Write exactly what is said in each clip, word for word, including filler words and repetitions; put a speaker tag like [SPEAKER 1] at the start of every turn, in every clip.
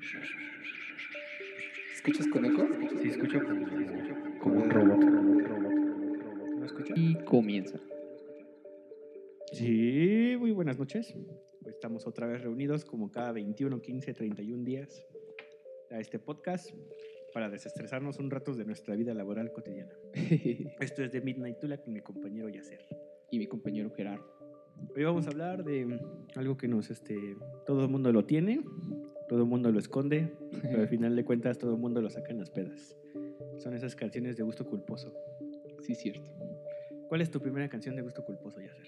[SPEAKER 1] ¿Escuchas con eco?
[SPEAKER 2] Sí, escucho como, como un robot. Un robot. ¿No escuchas?
[SPEAKER 1] Y comienza.
[SPEAKER 2] Sí, muy buenas noches. Pues estamos otra vez reunidos como cada veintiuno, quince, treinta y un días a este podcast para desestresarnos un rato de nuestra vida laboral cotidiana. Esto es de Midnight Tula con mi compañero Yacer.
[SPEAKER 1] Y mi compañero Gerardo.
[SPEAKER 2] Hoy vamos a hablar de algo que nos, este, todo el mundo lo tiene, todo el mundo lo esconde, pero al final de cuentas todo el mundo lo saca en las pedas. Son esas canciones de gusto culposo.
[SPEAKER 1] Sí, cierto.
[SPEAKER 2] ¿Cuál es tu primera canción de gusto culposo, Yacer?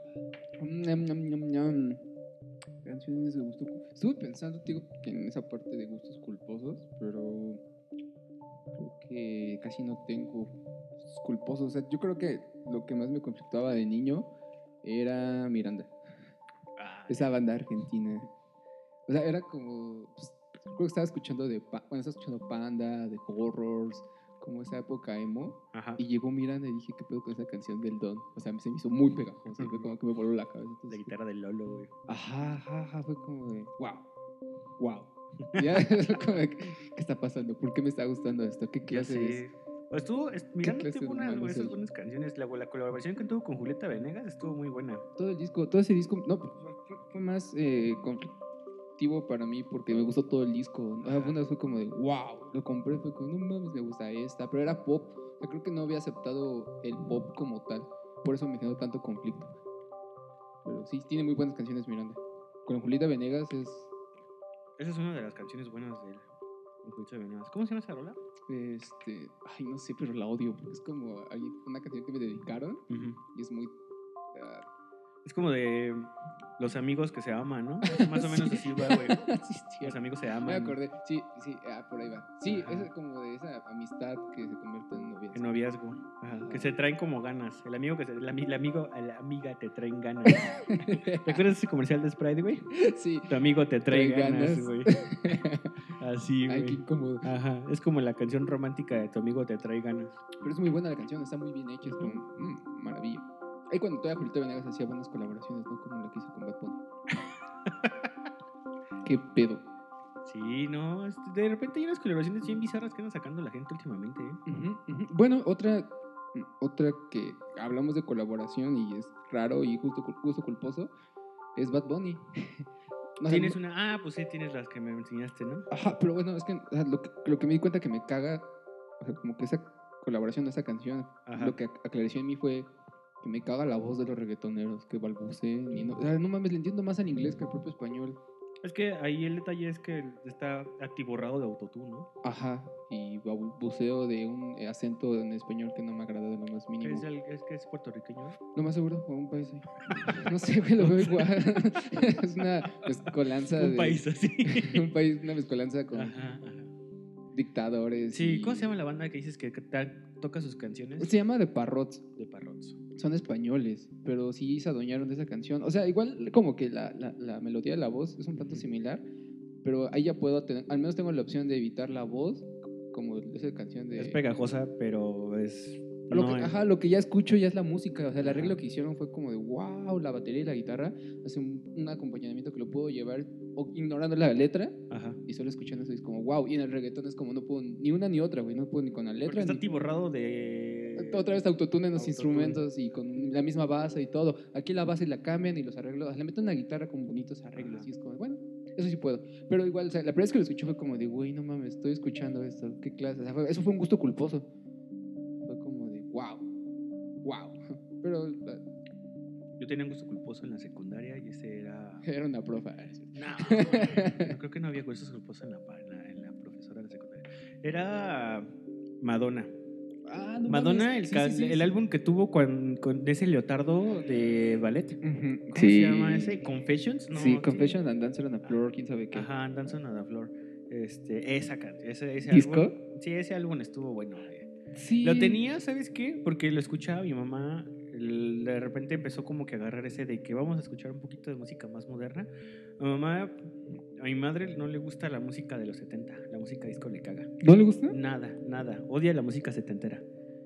[SPEAKER 1] Ñam, ñam, ñam, ñam. Canciones de gusto culposo. Estuve pensando, digo, que en esa parte de gustos culposos, pero creo que casi no tengo gustos culposos. O sea, yo creo que lo que más me conflictaba de niño era Miranda.
[SPEAKER 2] Ah,
[SPEAKER 1] Esa banda argentina. O sea, era como. Pues, creo que estaba escuchando de. Pa- Bueno, estaba escuchando Panda, de Horrors, como esa época emo.
[SPEAKER 2] Ajá.
[SPEAKER 1] Y llegó Miranda y dije, ¿qué pedo con esa canción del Don? O sea, se me hizo muy pegajosa. Fue como que me voló la cabeza.
[SPEAKER 2] La
[SPEAKER 1] Entonces,
[SPEAKER 2] guitarra de Lolo, güey.
[SPEAKER 1] ajá, ajá, ajá. Fue como de. ¡Wow! ¡Wow! Ya, es como de, ¿qué está pasando? ¿Por qué me está gustando esto? ¿Qué
[SPEAKER 2] Ya
[SPEAKER 1] clase es?
[SPEAKER 2] sé. Pues estuvo, es- Miranda
[SPEAKER 1] clase
[SPEAKER 2] tuvo
[SPEAKER 1] de
[SPEAKER 2] una
[SPEAKER 1] humano
[SPEAKER 2] de esas
[SPEAKER 1] soy?
[SPEAKER 2] buenas canciones. La, la colaboración que tuvo con Julieta Venegas estuvo muy buena.
[SPEAKER 1] Todo el disco, todo ese disco. No, fue, fue- fue más eh, conflictivo para mí porque me gustó todo el disco. Ah,
[SPEAKER 2] Ajá.
[SPEAKER 1] una fue como de wow, lo compré, fue como no mames, me gusta esta, pero era pop. O sea, creo que no había aceptado el pop como tal, por eso me generó tanto conflicto. Pero sí, tiene muy buenas canciones Miranda. Con Julieta Venegas es
[SPEAKER 2] Esa es una de las canciones buenas de él. Con Julieta Venegas. ¿Cómo se llama esa rola?
[SPEAKER 1] este, ay no sé, pero la odio porque es como alguien- una canción que me dedicaron
[SPEAKER 2] Ujú.
[SPEAKER 1] y es muy ah,
[SPEAKER 2] Es como de los amigos que se aman, ¿no? Más o menos
[SPEAKER 1] sí.
[SPEAKER 2] así va, güey.
[SPEAKER 1] Sí, es
[SPEAKER 2] Los
[SPEAKER 1] cierto.
[SPEAKER 2] amigos se
[SPEAKER 1] Me
[SPEAKER 2] aman.
[SPEAKER 1] acordé, sí, sí, ah, por ahí va. Sí,
[SPEAKER 2] Ajá.
[SPEAKER 1] es como de esa amistad que se convierte en noviazgo.
[SPEAKER 2] En noviazgo. Ajá.
[SPEAKER 1] Ajá.
[SPEAKER 2] Que se traen como ganas. El amigo que se, el, ami- el amigo, la amiga te traen ganas. ¿Te acuerdas de ese comercial de Sprite, güey?
[SPEAKER 1] Sí.
[SPEAKER 2] Tu amigo te trae
[SPEAKER 1] Trae
[SPEAKER 2] ganas,
[SPEAKER 1] ganas.
[SPEAKER 2] güey. Así,
[SPEAKER 1] Ay, qué
[SPEAKER 2] güey.
[SPEAKER 1] incómodo.
[SPEAKER 2] Ajá. Es como la canción romántica de tu amigo te trae ganas.
[SPEAKER 1] Pero es muy buena la canción, está muy bien hecha, es como, mm, maravilla. Ahí cuando todavía Julieta Venegas hacía buenas colaboraciones, ¿no? Como la que hizo con Bad Bunny. Qué pedo.
[SPEAKER 2] Sí, no. este, De repente hay unas colaboraciones bien bizarras que andan sacando la gente últimamente, ¿eh?
[SPEAKER 1] Ujú, ujú. Bueno, otra, otra que hablamos de colaboración y es raro y justo, justo culposo es Bad Bunny. O sea,
[SPEAKER 2] Tienes
[SPEAKER 1] no-
[SPEAKER 2] una. Ah, pues sí, tienes las que me enseñaste, ¿no?
[SPEAKER 1] Ajá, pero bueno, es que, o sea, lo que lo que me di cuenta que me caga, o sea, como que esa colaboración de esa canción,
[SPEAKER 2] Ajá.
[SPEAKER 1] lo que ac- aclareció en mí fue que me caga la voz de los reggaetoneros, que balbuceen y no, o sea, no mames, le entiendo más al inglés que al propio español.
[SPEAKER 2] Es que ahí el detalle es que está atiborrado de autotune, ¿no?
[SPEAKER 1] Ajá, y balbuceo de un eh, acento en español que no me agrada de lo más
[SPEAKER 2] Que
[SPEAKER 1] mínimo.
[SPEAKER 2] es, el- es que es puertorriqueño, ¿no?
[SPEAKER 1] Lo más seguro, o un país ahí. No sé, güey, lo veo igual. Es una mezcolanza
[SPEAKER 2] Un
[SPEAKER 1] de...
[SPEAKER 2] país así.
[SPEAKER 1] un país, una mezcolanza con
[SPEAKER 2] Ajá, ajá.
[SPEAKER 1] dictadores.
[SPEAKER 2] Sí,
[SPEAKER 1] y...
[SPEAKER 2] ¿cómo se llama la banda que dices que ta- toca sus canciones?
[SPEAKER 1] Se llama The Parrots.
[SPEAKER 2] De Parrots.
[SPEAKER 1] Son españoles, pero sí se adueñaron de esa canción. O sea, igual como que la, la, la melodía de la voz es un tanto
[SPEAKER 2] Ujú.
[SPEAKER 1] similar, pero ahí ya puedo tener, al menos tengo la opción de evitar la voz, como esa canción de...
[SPEAKER 2] Es pegajosa, pero es.
[SPEAKER 1] Lo
[SPEAKER 2] No
[SPEAKER 1] que,
[SPEAKER 2] es-
[SPEAKER 1] ajá, lo que ya escucho ya es la música, o sea, el
[SPEAKER 2] Ajá.
[SPEAKER 1] arreglo que hicieron fue como de wow, la batería y la guitarra, hace un, un acompañamiento que lo puedo llevar o, ignorando la letra
[SPEAKER 2] Ajá.
[SPEAKER 1] y solo escuchando eso es como wow, y en el reggaetón es como no puedo ni una ni otra, güey, no puedo ni con la
[SPEAKER 2] Porque
[SPEAKER 1] letra
[SPEAKER 2] está
[SPEAKER 1] ni...
[SPEAKER 2] atiborrado de.
[SPEAKER 1] Otra vez autotune en los
[SPEAKER 2] Autotune.
[SPEAKER 1] instrumentos y con la misma base y todo. Aquí la base la cambian y los arreglos, le meten una guitarra con bonitos arreglos.
[SPEAKER 2] Ajá.
[SPEAKER 1] Y es como, bueno, eso sí puedo. Pero igual, o sea, la primera vez que lo escuché fue como de, güey, no mames, estoy escuchando esto, qué clase. O sea, fue- eso fue un gusto culposo. Fue como de, wow, wow. Pero uh,
[SPEAKER 2] Yo tenía un gusto culposo en la secundaria y ese era.
[SPEAKER 1] era una profa.
[SPEAKER 2] No, no, creo que no había gustos culposos en la, pa- en la, en la profesora de la secundaria. Era Madonna.
[SPEAKER 1] Ah, no
[SPEAKER 2] Madonna,
[SPEAKER 1] mames.
[SPEAKER 2] el,
[SPEAKER 1] Sí,
[SPEAKER 2] ca-
[SPEAKER 1] sí, sí,
[SPEAKER 2] el
[SPEAKER 1] sí.
[SPEAKER 2] álbum que tuvo con, con ese leotardo de ballet.
[SPEAKER 1] Ujú,
[SPEAKER 2] ¿Cómo
[SPEAKER 1] sí.
[SPEAKER 2] se llama ese? ¿Confessions? No,
[SPEAKER 1] Sí, Confession and Dancer on a Floor, quién sabe qué.
[SPEAKER 2] Ajá, Dancing on the Floor. Este, esa canción, ese, ese
[SPEAKER 1] ¿Disco?
[SPEAKER 2] álbum. Sí, ese álbum estuvo bueno. eh.
[SPEAKER 1] Sí.
[SPEAKER 2] Lo tenía, ¿sabes qué? Porque lo escuchaba mi mamá. el- De repente empezó como que a agarrar ese de que vamos a escuchar un poquito de música más moderna. A mi mamá, a mi madre no le gusta la música de los setenta. La música disco le caga.
[SPEAKER 1] ¿No le gusta?
[SPEAKER 2] Nada, nada. Odia la música setentera.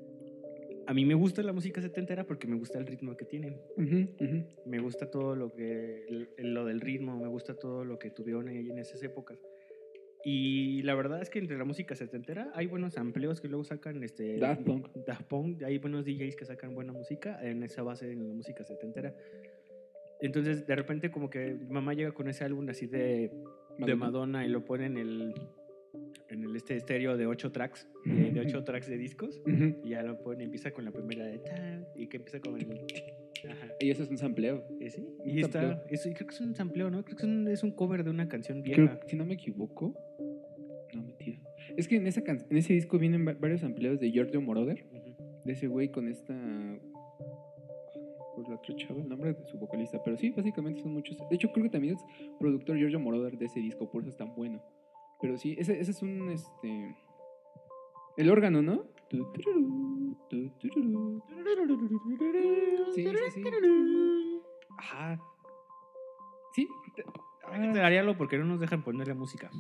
[SPEAKER 2] A mí me gusta la música setentera porque me gusta el ritmo que tienen.
[SPEAKER 1] Ujú, ujú.
[SPEAKER 2] Me gusta todo lo que el- lo del ritmo, me gusta todo lo que tuvieron ahí en esas épocas. Y la verdad es que entre la música setentera hay buenos amplios que luego sacan este
[SPEAKER 1] Daft Punk.
[SPEAKER 2] Daft Punk, hay buenos D Js que sacan buena música en esa base en la música setentera. Entonces, de repente como que mamá llega con ese álbum así de Madonna, de Madonna y lo pone en el en el este estéreo de ocho tracks, de, de ocho tracks de discos, uh-huh. Y ya lo pone, empieza con la primera de tan, y que empieza con el...
[SPEAKER 1] Ajá. Y eso es un sampleo.
[SPEAKER 2] ¿Eh, sí? Y está, eso, creo que es un sampleo, ¿no? Creo que es un, es un cover de una canción vieja.
[SPEAKER 1] Creo, si no me equivoco. No, mentira. Es que en, esa can- en ese disco vienen varios sampleos de Giorgio Moroder, uh-huh. De ese güey con esta... Por la otra chava, el nombre de su vocalista. Pero sí, básicamente son muchos. De hecho, creo que también es productor Giorgio Moroder de ese disco, por eso es tan bueno. Pero sí, ese, ese es un, este... El órgano, ¿no? Sí, sí, sí. Ajá. Sí.
[SPEAKER 2] Hay que tararearlo porque no nos dejan ponerle música.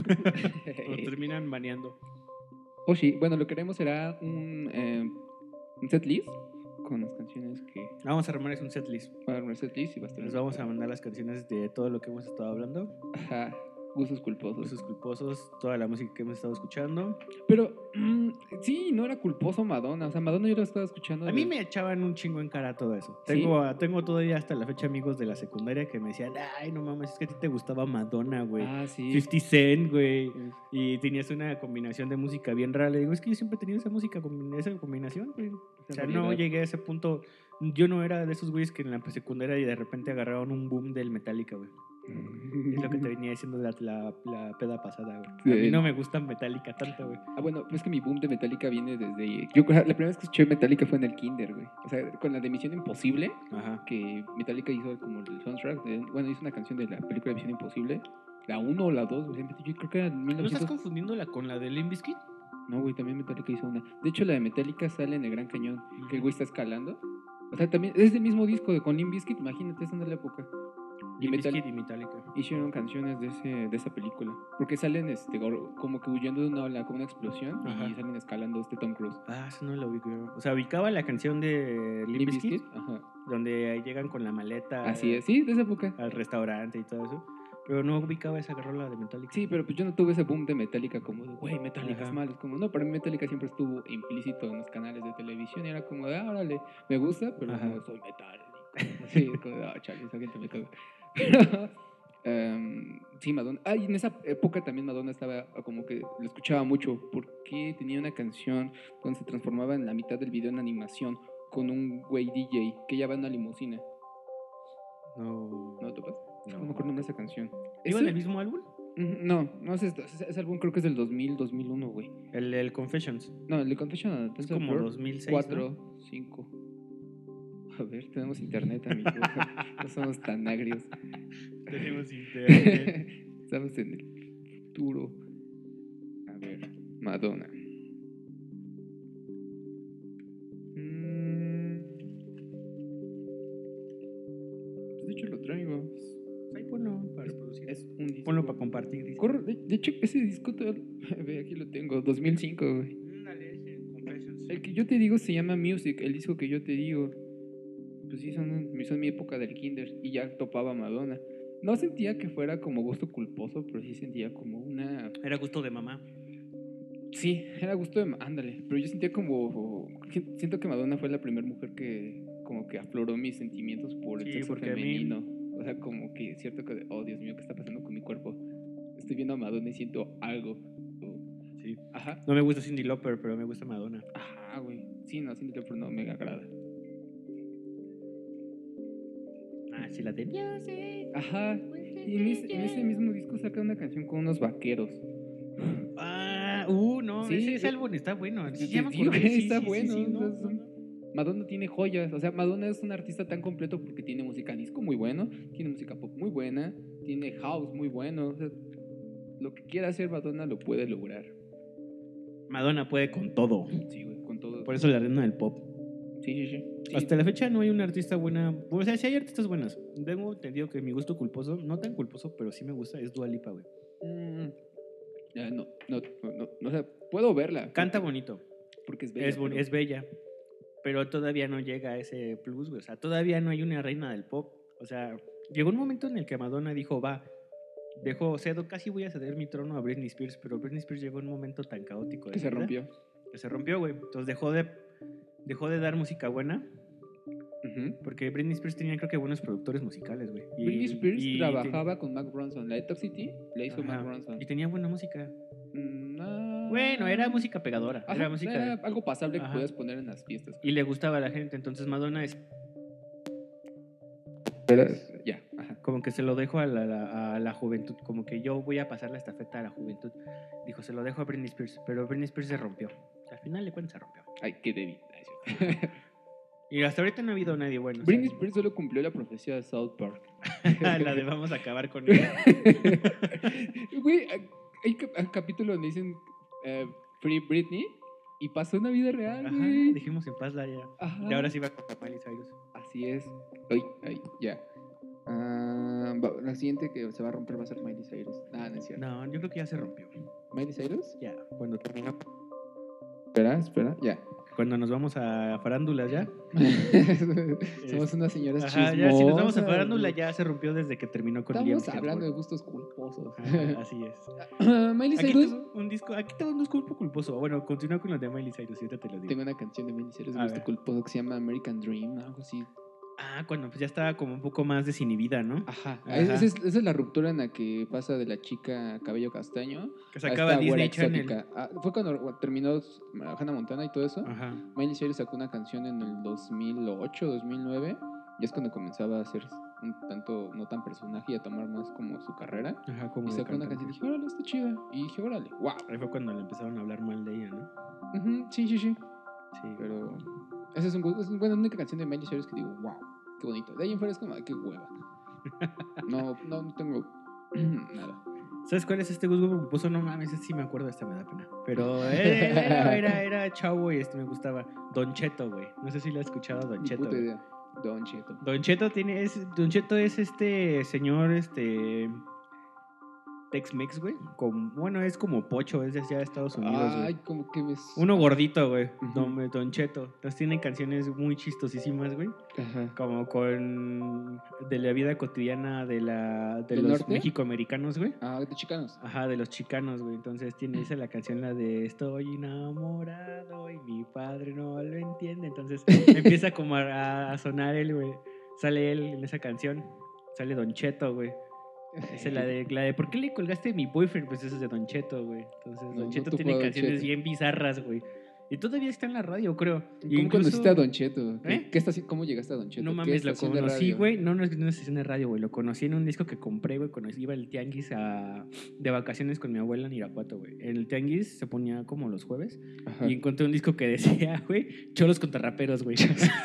[SPEAKER 2] Nos terminan baneando.
[SPEAKER 1] Oh, sí. Bueno, lo que haremos será un, eh, un set list con las canciones que...
[SPEAKER 2] Vamos a armar es un set list.
[SPEAKER 1] Vamos a armar un set list y va a estar...
[SPEAKER 2] Les vamos a mandar las canciones de todo lo que hemos estado hablando.
[SPEAKER 1] Ajá. Gustos culposos.
[SPEAKER 2] Gustos culposos, toda la música que hemos estado escuchando.
[SPEAKER 1] Pero, mmm, sí, no era culposo Madonna. O sea, Madonna yo lo estaba escuchando.
[SPEAKER 2] A de... mí me echaban un chingo en cara todo eso. ¿Sí? Tengo, tengo todavía hasta la fecha amigos de la secundaria que me decían, ay, no mames, es que a ti te gustaba Madonna, güey.
[SPEAKER 1] Ah, sí.
[SPEAKER 2] cincuenta Cent, güey. Sí. Y tenías una combinación de música bien rara. Le digo, es que yo siempre he tenido esa música, esa combinación, güey. O sea, no llegué a ese punto. Yo no era de esos güeyes que en la secundaria y de repente agarraron un boom del Metallica, güey. Es lo que te venía diciendo la, la, la peda pasada, güey. Sí. A mí no me gusta Metallica tanto, güey.
[SPEAKER 1] Ah, bueno, pues es que mi boom de Metallica viene desde... Yo, la primera vez que escuché Metallica fue en el kinder, güey. O sea, con la de Misión Imposible,
[SPEAKER 2] ajá,
[SPEAKER 1] que Metallica hizo como el soundtrack. De, bueno, hizo una canción de la película de Misión Imposible. La uno o la dos, güey. Yo creo que era en mil novecientos...
[SPEAKER 2] ¿No estás confundiéndola con la de Limp Bizkit?
[SPEAKER 1] No, güey, también Metallica hizo una. De hecho, la de Metallica sale en el Gran Cañón, uh-huh. Que el güey está escalando. O sea, también es el mismo disco de con Limp Bizkit, imagínate, es de la época.
[SPEAKER 2] Y, Metal- y Metallica
[SPEAKER 1] hicieron canciones de ese de esa película porque salen este como que huyendo de una ola, como una explosión. Ajá. Y salen escalando este Tom Cruise.
[SPEAKER 2] Ah, eso no lo ubico. O sea, ubicaba la canción de Limp Bizkit, donde llegan con la maleta.
[SPEAKER 1] Así es, sí, de esa época.
[SPEAKER 2] Al restaurante y todo eso. Pero no ubicaba esa rola de Metallica.
[SPEAKER 1] Sí, pero pues yo no tuve ese boom de Metallica como de, güey, Metallica Ajá. es malo. Es como, no, para mí Metallica siempre estuvo implícito en los canales de televisión y era como de, ah, órale, me gusta, pero Ajá. no soy metálico. Sí, es como de, ah, oh, chale, esa gente me caga. Pero, um, sí, Madonna. Ah, y en esa época también Madonna estaba como que lo escuchaba mucho porque tenía una canción donde se transformaba en la mitad del video en animación con un güey D J que ya va en una limusina.
[SPEAKER 2] No.
[SPEAKER 1] ¿No topas? No, no me acuerdo el nombre de esa canción.
[SPEAKER 2] ¿Iba en el mismo álbum?
[SPEAKER 1] No, no, ese, ese álbum creo que es del dos mil, dos mil uno, güey.
[SPEAKER 2] El, el Confessions.
[SPEAKER 1] No, el de Confessions
[SPEAKER 2] es como Bird, dos mil seis,
[SPEAKER 1] cuatro, ¿no? cinco. A ver, tenemos internet, amigo. No somos tan agrios.
[SPEAKER 2] Tenemos internet.
[SPEAKER 1] Estamos en el futuro. A ver, Madonna. Mm. Pues de hecho lo traigo.
[SPEAKER 2] Ahí ponlo para reproducir.
[SPEAKER 1] Es un disco.
[SPEAKER 2] Ponlo para compartir.
[SPEAKER 1] Corre, de, de hecho, ese disco, todo, ve, aquí lo tengo, dos mil cinco, güey.
[SPEAKER 2] Dale, ese, Confessions.
[SPEAKER 1] El que yo te digo se llama Music, el disco que yo te digo. Pues sí, son, son mi época del kinder y ya topaba Madonna. No sentía que fuera como gusto culposo, pero sí sentía como una...
[SPEAKER 2] Era gusto de mamá.
[SPEAKER 1] Sí, era gusto de... Ándale, pero yo sentía como... Siento que Madonna fue la primera mujer que como que afloró mis sentimientos por el
[SPEAKER 2] sí,
[SPEAKER 1] sexo femenino.
[SPEAKER 2] Mí...
[SPEAKER 1] O sea, como que es cierto que... Oh, Dios mío, ¿qué está pasando con mi cuerpo? Estoy viendo a Madonna y siento algo.
[SPEAKER 2] Oh. Sí.
[SPEAKER 1] Ajá.
[SPEAKER 2] No me gusta Cyndi Lauper, pero me gusta Madonna.
[SPEAKER 1] Ajá, güey. Sí, no, Cyndi Lauper no me agrada.
[SPEAKER 2] Ah, sí, la de Music.
[SPEAKER 1] Ajá. Y en ese, en ese mismo disco saca una canción con unos vaqueros.
[SPEAKER 2] Ah, uh, no,
[SPEAKER 1] sí,
[SPEAKER 2] ese, ese álbum está bueno.
[SPEAKER 1] Sí, sí, sí, sí, está sí, bueno. Sí, sí, no, no, no. Madonna tiene joyas. O sea, Madonna es un artista tan completo porque tiene música disco muy bueno, tiene música pop muy buena, tiene house muy bueno. O sea, lo que quiera hacer Madonna lo puede lograr.
[SPEAKER 2] Madonna puede con todo.
[SPEAKER 1] Sí, güey, con todo.
[SPEAKER 2] Por eso la reina del pop.
[SPEAKER 1] Sí, sí, sí. Sí.
[SPEAKER 2] Hasta la fecha no hay una artista buena. O sea, sí hay artistas buenas. Tengo entendido que mi gusto culposo, no tan culposo, pero sí me gusta, es Dua Lipa, güey.
[SPEAKER 1] Mm. Uh, no, no, no, no, no, o sea, puedo verla.
[SPEAKER 2] Canta bonito.
[SPEAKER 1] Porque es bella.
[SPEAKER 2] Es, bon-
[SPEAKER 1] pero...
[SPEAKER 2] es bella. Pero todavía no llega a ese plus, güey. O sea, todavía no hay una reina del pop. O sea, llegó un momento en el que Madonna dijo, va, Dejó, o sea, casi voy a ceder mi trono a Britney Spears, pero Britney Spears llegó en un momento tan caótico.
[SPEAKER 1] Que se rompió.
[SPEAKER 2] Que se rompió, güey. Entonces dejó de, dejó de dar música buena. Uh-huh. Porque Britney Spears tenía, creo que, buenos productores musicales, güey.
[SPEAKER 1] Britney Spears y trabajaba ten... con Mark Ronson. La de Toxicity la hizo Mark Ronson.
[SPEAKER 2] Y tenía buena música.
[SPEAKER 1] Mm, ah...
[SPEAKER 2] Bueno, era música pegadora.
[SPEAKER 1] Ajá,
[SPEAKER 2] era música
[SPEAKER 1] era algo pasable Ajá. que podías poner en las fiestas.
[SPEAKER 2] Y le gustaba a la gente. Entonces Madonna es...
[SPEAKER 1] Pero, ya,
[SPEAKER 2] ajá. Como que se lo dejo a la, la, a la juventud, como que yo voy a pasar la estafeta a la juventud. Dijo, se lo dejo a Britney Spears, pero Britney Spears se rompió. Al final de cuentas se rompió.
[SPEAKER 1] Ay, qué débil.
[SPEAKER 2] Y hasta ahorita no ha habido nadie bueno.
[SPEAKER 1] Britney Spears solo cumplió la profecía de South Park.
[SPEAKER 2] La de vamos a acabar con ella.
[SPEAKER 1] Güey, hay un capítulo donde dicen uh, Free Britney y pasó una vida real,
[SPEAKER 2] Ajá,
[SPEAKER 1] güey.
[SPEAKER 2] dijimos en paz la ya. Ajá. Y ahora sí va con Miley Cyrus.
[SPEAKER 1] Así es. Ay, ay, ya. Uh, la siguiente que se va a romper va a ser Miley Cyrus. Ah, no es cierto.
[SPEAKER 2] No, yo creo que ya se rompió.
[SPEAKER 1] ¿Miley Cyrus?
[SPEAKER 2] Ya, cuando terminó.
[SPEAKER 1] Espera, espera, ya.
[SPEAKER 2] Cuando nos vamos a farándulas ya.
[SPEAKER 1] Somos unas señoras
[SPEAKER 2] Ajá,
[SPEAKER 1] chismosas.
[SPEAKER 2] Ya, si nos vamos a farándula ya se rompió desde que terminó con Liam.
[SPEAKER 1] Estamos hablando de gustos culposos.
[SPEAKER 2] Ajá, así es.
[SPEAKER 1] Uh, Miley Cyrus.
[SPEAKER 2] Aquí un disco, aquí tengo un disco culposo. Bueno, continúa con lo de Miley Cyrus, ahorita te lo digo.
[SPEAKER 1] Tengo una canción de Miley Cyrus de gusto culposo que se llama American Dream, algo así.
[SPEAKER 2] Ah, cuando pues ya estaba como un poco más desinhibida, ¿no?
[SPEAKER 1] Ajá. Ajá. Esa, es, esa es la ruptura en la que pasa de la chica cabello castaño
[SPEAKER 2] que sacaba Disney Channel.
[SPEAKER 1] Ah, fue cuando terminó Hannah Montana y todo eso.
[SPEAKER 2] Ajá.
[SPEAKER 1] Miley Cyrus sacó una canción en el dos mil ocho, dos mil nueve y es cuando comenzaba a hacer un tanto, no tan personaje y a tomar más como su carrera.
[SPEAKER 2] Ajá, como
[SPEAKER 1] y sacó una canción y dije, órale, está chida. Y dije, órale, wow.
[SPEAKER 2] Ahí fue cuando le empezaron a hablar mal de ella, ¿no?
[SPEAKER 1] Uh-huh, sí, sí, sí.
[SPEAKER 2] Sí.
[SPEAKER 1] Pero esa es, un, es bueno, la única canción de Miley Cyrus que digo, wow, qué bonito. De ahí en fuera es como, qué hueva. No, no, no tengo nada.
[SPEAKER 2] ¿Sabes cuál es este gusto culposo? No mames, ese sí me acuerdo, hasta me da pena. Pero era, era, era chavo y este me gustaba. Don Cheto, güey. No sé si lo has escuchado, Don Cheto.
[SPEAKER 1] Puta idea. Don Cheto.
[SPEAKER 2] Don Cheto tiene, es, Don Cheto es este señor, este... Tex-Mex, güey. Bueno, es como pocho, es de allá de Estados Unidos, güey.
[SPEAKER 1] Ay, como que me...
[SPEAKER 2] Uno gordito, güey. Uh-huh. Don, Don Cheto. Entonces tiene canciones muy chistosísimas, güey.
[SPEAKER 1] Ajá.
[SPEAKER 2] Como con... De la vida cotidiana de la de los norte? Mexicoamericanos, güey.
[SPEAKER 1] Ah, de chicanos.
[SPEAKER 2] Ajá, de los chicanos, güey. Entonces tiene esa la canción, la de Estoy enamorado y mi padre no lo entiende. Entonces empieza como a, a sonar él, güey. Sale él en esa canción. Sale Don Cheto, güey. Esa es la de, la de ¿por qué le colgaste a mi boyfriend? Pues eso es de Don Cheto, güey. Entonces, Don no, Cheto no tiene canciones Cheto. bien bizarras, güey. Y todavía está en la radio, creo.
[SPEAKER 1] ¿Cómo incluso... conociste a Don Cheto? ¿Eh? ¿Qué estás, ¿Cómo llegaste a Don Cheto?
[SPEAKER 2] No mames, lo conocí, güey. No, no es una estación de radio, güey. Lo conocí en un disco que compré, güey. Cuando iba al tianguis a... de vacaciones con mi abuela en Irapuato, güey. En el tianguis se ponía como los jueves. Ajá. Y encontré un disco que decía, güey, cholos contra raperos, güey.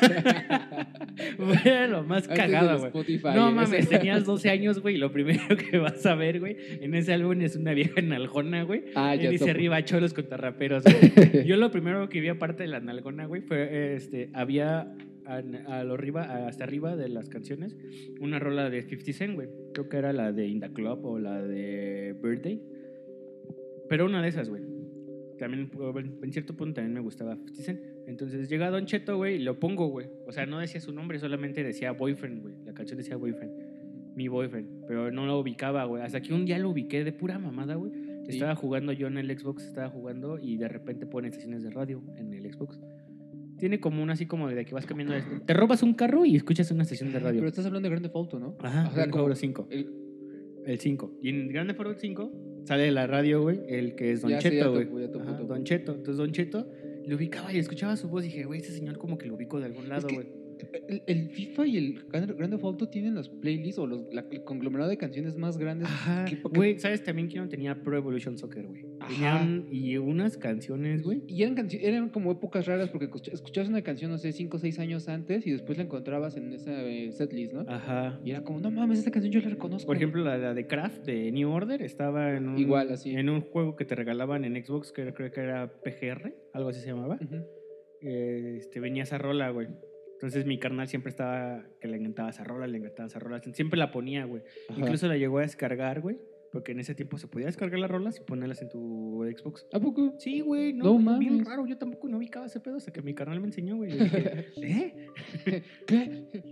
[SPEAKER 2] Era lo más Antes cagado, güey. No mames, tenías doce años, güey. Y lo primero que vas a ver, güey, en ese álbum es una vieja nalgona, güey.
[SPEAKER 1] Ah,
[SPEAKER 2] y dice
[SPEAKER 1] topo.
[SPEAKER 2] arriba, cholos contra raperos, güey. Yo lo primero que vi aparte de la nalgona, güey, fue, este, había a, a lo arriba, hasta arriba de las canciones, una rola de fifty Cent, güey. Creo que era la de In The Club o la de Birthday. Pero una de esas, güey. También, en cierto punto, también me gustaba fifty Cent. Entonces llega Don Cheto, güey, y lo pongo, güey. O sea, no decía su nombre, solamente decía Boyfriend, güey. La canción decía Boyfriend. Mi Boyfriend. Pero no lo ubicaba, güey. Hasta que un día lo ubiqué de pura mamada, güey. Sí. Estaba jugando yo en el Xbox, estaba jugando y de repente pone estaciones de radio en el Xbox. Tiene como una así como de que vas cambiando. De... Te robas un carro y escuchas una estación de radio.
[SPEAKER 1] Pero estás hablando de Grand Theft Auto, ¿no?
[SPEAKER 2] Ajá, o sea, Grand Theft Auto cinco. El... el cinco. Y en Grand Theft Auto cinco sale de la radio, güey, el que es Don ya, Cheto, güey. Sí, Don Cheto. Entonces Don Cheto lo ubicaba y escuchaba su voz y dije, güey, ese señor como que lo ubico de algún lado, güey.
[SPEAKER 1] El, el FIFA y el Grand Theft Auto tienen los playlists o los, la, el conglomerado de canciones más grandes.
[SPEAKER 2] Ajá, güey, ¿sabes también quién tenía Pro Evolution Soccer, güey? Tenían y unas canciones, güey.
[SPEAKER 1] Y eran, cancio- eran como épocas raras porque escuchabas una canción, no sé, cinco o seis años antes y después la encontrabas en esa eh, setlist, ¿no?
[SPEAKER 2] Ajá.
[SPEAKER 1] Y era como, no mames, esta canción yo la reconozco.
[SPEAKER 2] Por ejemplo, la, la de Craft de New Order estaba en un,
[SPEAKER 1] Igual, así.
[SPEAKER 2] En un juego que te regalaban en Xbox, que creo que era P G R, algo así se llamaba. Uh-huh. eh, este, venía esa rola, güey. Entonces mi carnal siempre estaba, que le encantaba esa rola, le encantaba esa rola. Siempre la ponía, güey. Incluso la llegó a descargar, güey. Porque en ese tiempo se podía descargar las rolas y ponerlas en tu Xbox.
[SPEAKER 1] ¿A poco?
[SPEAKER 2] Sí, güey. No,
[SPEAKER 1] no
[SPEAKER 2] güey,
[SPEAKER 1] mames.
[SPEAKER 2] Bien raro. Yo tampoco no ubicaba ese pedo hasta que mi carnal me enseñó, güey. Dije, ¿eh?
[SPEAKER 1] ¿Qué?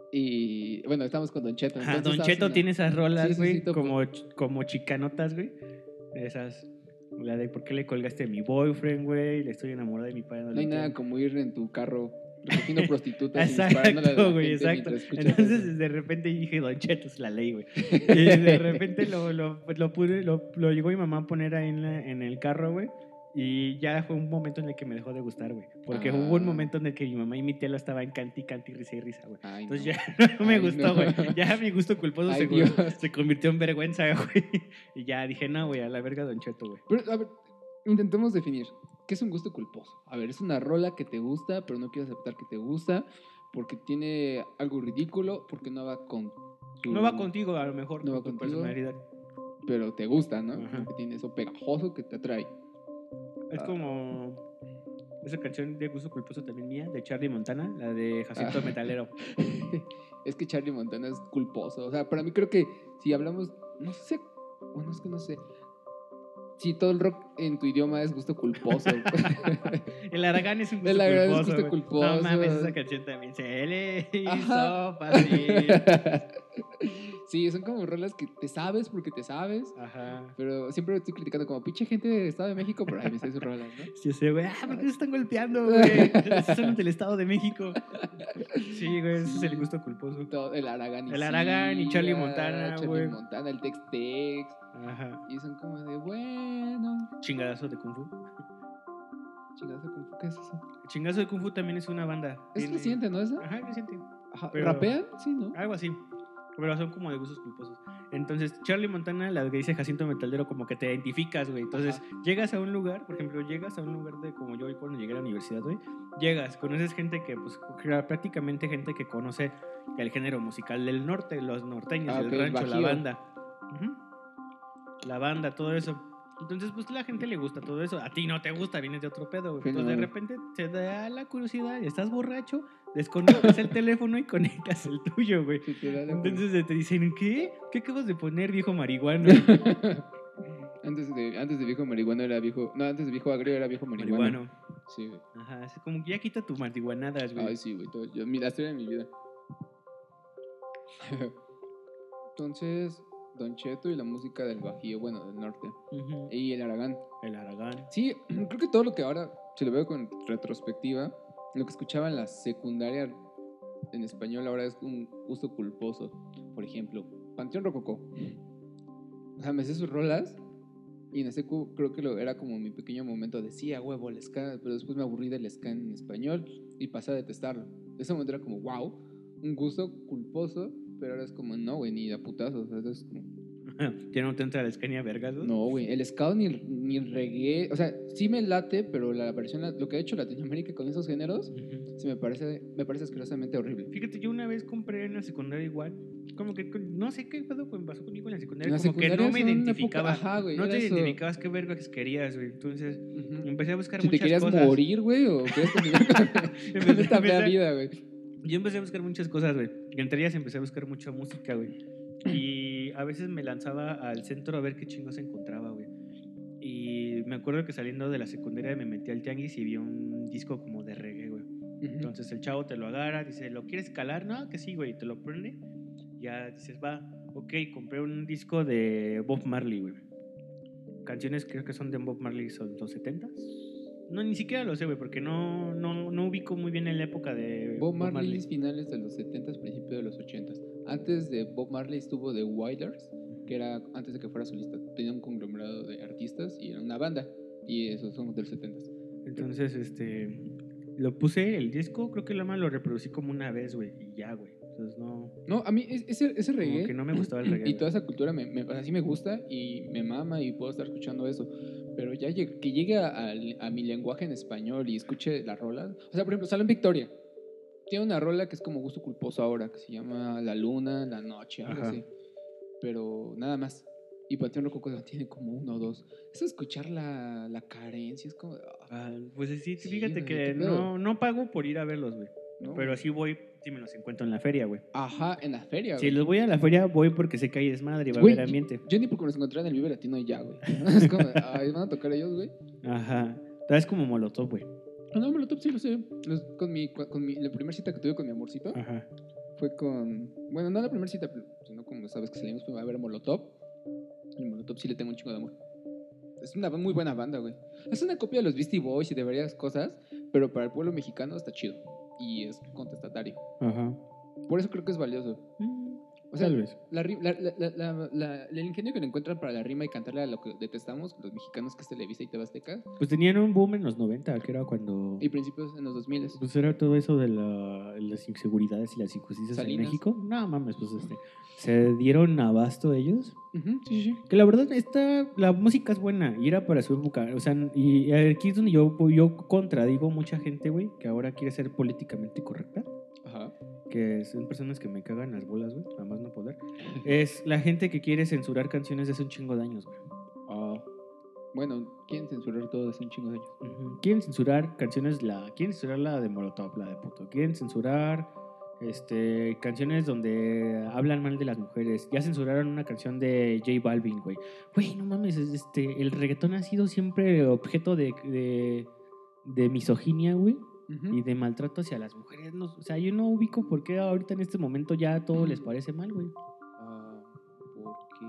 [SPEAKER 1] Y bueno, estamos con Don Cheto.
[SPEAKER 2] Ajá, Don Cheto una... tiene esas rolas, güey, sí, sí, sí, como, como chicanotas, güey. Esas. La de ¿por qué le colgaste a mi boyfriend, güey? Le estoy enamorada de mi padre.
[SPEAKER 1] No, no hay nada como ir en tu carro recogiendo prostitutas
[SPEAKER 2] exacto,
[SPEAKER 1] y la
[SPEAKER 2] güey, exacto. Entonces, eso. De repente dije, Don Cheto es la ley, güey. Y de repente lo, lo, lo, pude, lo, lo llegó mi mamá a poner ahí en, la, en el carro, güey. Y ya fue un momento en el que me dejó de gustar, güey. Porque ah. hubo un momento en el que mi mamá y mi tía lo estaban canti, canti, risa y risa, güey. Ay, Entonces no. ya no me Ay, gustó, güey. No. Ya mi gusto culposo se, se convirtió en vergüenza, güey. Y ya dije, no, güey, a la verga Don Cheto, güey.
[SPEAKER 1] Pero, a ver, intentemos definir. ¿Qué es un gusto culposo? A ver, es una rola que te gusta, pero no quieres aceptar que te gusta, porque tiene algo ridículo, porque no va con
[SPEAKER 2] tu... No va contigo, a lo mejor,
[SPEAKER 1] no
[SPEAKER 2] con
[SPEAKER 1] va
[SPEAKER 2] tu
[SPEAKER 1] contigo,
[SPEAKER 2] personalidad.
[SPEAKER 1] Pero te gusta, ¿no? Porque tiene eso pegajoso que te atrae.
[SPEAKER 2] Es como esa canción de gusto culposo también mía, de Charlie Montana, la de Jacinto ah. Metalero.
[SPEAKER 1] Es que Charlie Montana es culposo. O sea, para mí creo que si hablamos, no sé, bueno, es que no sé. Si todo el rock en tu idioma es gusto culposo.
[SPEAKER 2] El Aragán es un gusto
[SPEAKER 1] el
[SPEAKER 2] culposo.
[SPEAKER 1] Es gusto culposo.
[SPEAKER 2] No mames, esa canción también se le hizo fácil.
[SPEAKER 1] Sí, son como rolas que te sabes porque te sabes.
[SPEAKER 2] Ajá.
[SPEAKER 1] Pero siempre estoy criticando como pinche gente del Estado de México, pero ay, me sé sus rolas, ¿no?
[SPEAKER 2] Sí, sí, güey. Ah, ¿por qué se están golpeando, güey? Son del Estado de México. Sí, güey, ese sí. es el gusto culposo.
[SPEAKER 1] Todo, el Aragán y
[SPEAKER 2] El Aragán y Charlie Montana,
[SPEAKER 1] Charlie
[SPEAKER 2] güey.
[SPEAKER 1] Montana, el Tex Tex.
[SPEAKER 2] Ajá.
[SPEAKER 1] Y son como de, bueno.
[SPEAKER 2] Chingadazo de Kung Fu.
[SPEAKER 1] Chingadazo de Kung Fu, ¿qué es eso?
[SPEAKER 2] Chingazo de Kung Fu también es una banda.
[SPEAKER 1] Es Tiene... reciente, ¿no? ¿Esa?
[SPEAKER 2] Ajá, reciente.
[SPEAKER 1] Ajá. Pero... ¿Rapean? Sí, ¿no?
[SPEAKER 2] Algo así. Pero son como de gustos culposos. Entonces, Charlie Montana, la que dice Jacinto Metalero, como que te identificas, güey. Entonces, Ajá. llegas a un lugar, por ejemplo, llegas a un lugar de como yo hoy cuando llegué a la universidad, güey. Llegas, conoces gente que, pues, prácticamente gente que conoce el género musical del norte, los norteños, ah, el okay, rancho, la banda. Uh-huh. La banda, todo eso. Entonces, pues, la gente le gusta todo eso. A ti no te gusta, vienes de otro pedo, güey. Entonces, no. de repente te da la curiosidad y estás borracho, desconectas el teléfono y conectas el tuyo, güey. Sí, entonces te dicen, ¿qué? ¿Qué acabas de poner, viejo marihuano?
[SPEAKER 1] antes, de, antes de viejo marihuano era viejo... No, antes de viejo agrio era viejo marihuano. Marihuano. Sí, güey.
[SPEAKER 2] Ajá, es como que ya quita tus marihuanadas, güey.
[SPEAKER 1] Ay, sí, güey. Todo, yo, la historia de mi vida. Entonces... Don Cheto y la música del Bajío, bueno, del norte. Uh-huh. Y el Aragán.
[SPEAKER 2] El Aragán.
[SPEAKER 1] Sí, creo que todo lo que ahora, si lo veo con retrospectiva, lo que escuchaba en la secundaria en español ahora es un gusto culposo. Por ejemplo, Panteón Rococó. O sea, me sé sus rolas y en la secu creo que lo, era como mi pequeño momento de sí, a huevo, el ska, pero después me aburrí del ska en español y pasé a detestarlo. De ese momento era como, wow, un gusto culposo. Pero ahora es como, no, güey, ni de putazos. O sea, es como...
[SPEAKER 2] ¿Ya no te entra el ska ni a vergas?
[SPEAKER 1] No, güey, el ska ni, ni el reggae. O sea, sí me late, pero la versión, lo que ha hecho Latinoamérica con esos géneros, uh-huh. se me parece, me parece asquerosamente horrible.
[SPEAKER 2] Fíjate, yo una vez compré en la secundaria igual, como que, no sé qué pasó conmigo en la secundaria,
[SPEAKER 1] la
[SPEAKER 2] como
[SPEAKER 1] secundaria
[SPEAKER 2] que no me identificaba.
[SPEAKER 1] Época, ajá, güey,
[SPEAKER 2] no te
[SPEAKER 1] eso.
[SPEAKER 2] identificabas qué vergas querías, güey. Entonces, uh-huh. empecé a buscar
[SPEAKER 1] si
[SPEAKER 2] muchas cosas.
[SPEAKER 1] ¿Te querías
[SPEAKER 2] cosas.
[SPEAKER 1] morir, güey? ¿O querías terminar con esta fea vida, güey?
[SPEAKER 2] Yo empecé a buscar muchas cosas, güey. Entre ellas empecé a buscar mucha música, güey. Y a veces me lanzaba al centro a ver qué chingos encontraba, güey. Y me acuerdo que saliendo de la secundaria me metí al tianguis y vi un disco como de reggae, güey. Uh-huh. Entonces el chavo te lo agarra, dice, ¿lo quieres calar? No, que sí, güey. Te lo prende. Ya dices, va, ok, compré un disco de Bob Marley, güey. Canciones creo que son de Bob Marley, son los setentas. No, ni siquiera lo sé, güey, porque no, no, no ubico muy bien en la época de
[SPEAKER 1] Bob, Bob Marley. Bob Marley finales de los setentas, principios de los ochentas. Antes de Bob Marley estuvo The Wailers, que era antes de que fuera solista. Tenía un conglomerado de artistas y era una banda. Y esos son de los setentas.
[SPEAKER 2] Entonces, este... Lo puse, el disco, creo que la más lo reproducí como una vez, güey, y ya, güey. Entonces, no...
[SPEAKER 1] No, a mí ese, ese reggae...
[SPEAKER 2] Como que no me gustaba el reggae.
[SPEAKER 1] Y toda esa cultura, me, me, así me gusta y me mama y puedo estar escuchando eso. Pero ya llegue, que llegue a, a, a mi lenguaje en español y escuche las rolas... O sea, por ejemplo, Salón Victoria. Tiene una rola que es como gusto culposo ahora, que se llama La Luna, La Noche, algo Ajá. así. Pero nada más. Y Panteón Rococó tiene como uno o dos. Es escuchar la, la carencia, es como... Oh.
[SPEAKER 2] Ah, pues sí, sí fíjate que no, no pago por ir a verlos, güey. No. Pero sí voy, sí me los encuentro en la feria, güey.
[SPEAKER 1] Ajá, en la feria, güey.
[SPEAKER 2] Si los voy a la feria, voy porque sé que hay desmadre y va a haber ambiente.
[SPEAKER 1] Yo, yo ni porque los encontré en el Vive Latino y ya, güey. Es como, ay, van a tocar ellos, güey.
[SPEAKER 2] Ajá. Es como Molotov, güey.
[SPEAKER 1] No, Molotov sí lo sé. Los, con mi, con mi, la primera cita que tuve con mi amorcito.
[SPEAKER 2] Ajá.
[SPEAKER 1] fue con... Bueno, no la primera cita, sino como sabes que salimos a ver Molotov. Y Molotov sí le tengo un chingo de amor. Es una muy buena banda, güey. Es una copia de los Beastie Boys y de varias cosas, pero para el pueblo mexicano está chido. Y es contestatario.
[SPEAKER 2] Ajá.
[SPEAKER 1] Por eso creo que es valioso.
[SPEAKER 2] Mm,
[SPEAKER 1] O sea,
[SPEAKER 2] tal vez.
[SPEAKER 1] la, ri- la, la, la, la- la- el ingenio que le encuentran para la rima y cantarle a lo que detestamos, los mexicanos, que es Televisa y T V Azteca,
[SPEAKER 2] Pues tenían un boom en los noventa, que era cuando...
[SPEAKER 1] y principios en los dos mil.
[SPEAKER 2] Pues era todo eso de la- las inseguridades y las injusticias en
[SPEAKER 1] Salinas.
[SPEAKER 2] México. No mames, pues este... Se dieron abasto ellos.
[SPEAKER 1] Uh-huh, sí, sí, sí.
[SPEAKER 2] Que la verdad, está, la música es buena y era para su época. O sea, y aquí es donde yo, yo contradigo mucha gente, güey, que ahora quiere ser políticamente correcta.
[SPEAKER 1] Ajá.
[SPEAKER 2] Que son personas que me cagan las bolas, güey, nada más no poder. Es la gente que quiere censurar canciones de hace un chingo de años, güey.
[SPEAKER 1] Ah, bueno, quieren censurar todo hace un chingo de años.
[SPEAKER 2] Ujú. Quieren censurar canciones, la, quieren censurar la de Molotov, la de puto. Quieren censurar este, canciones donde hablan mal de las mujeres. Ya censuraron una canción de J Balvin, güey. Güey, no mames, es- este, el reggaetón ha sido siempre objeto de, de, de misoginia, güey.
[SPEAKER 1] Uh-huh.
[SPEAKER 2] Y de maltrato hacia las mujeres. No, o sea, yo no ubico por qué ahorita en este momento ya todo les parece mal, güey.
[SPEAKER 1] Ah, porque...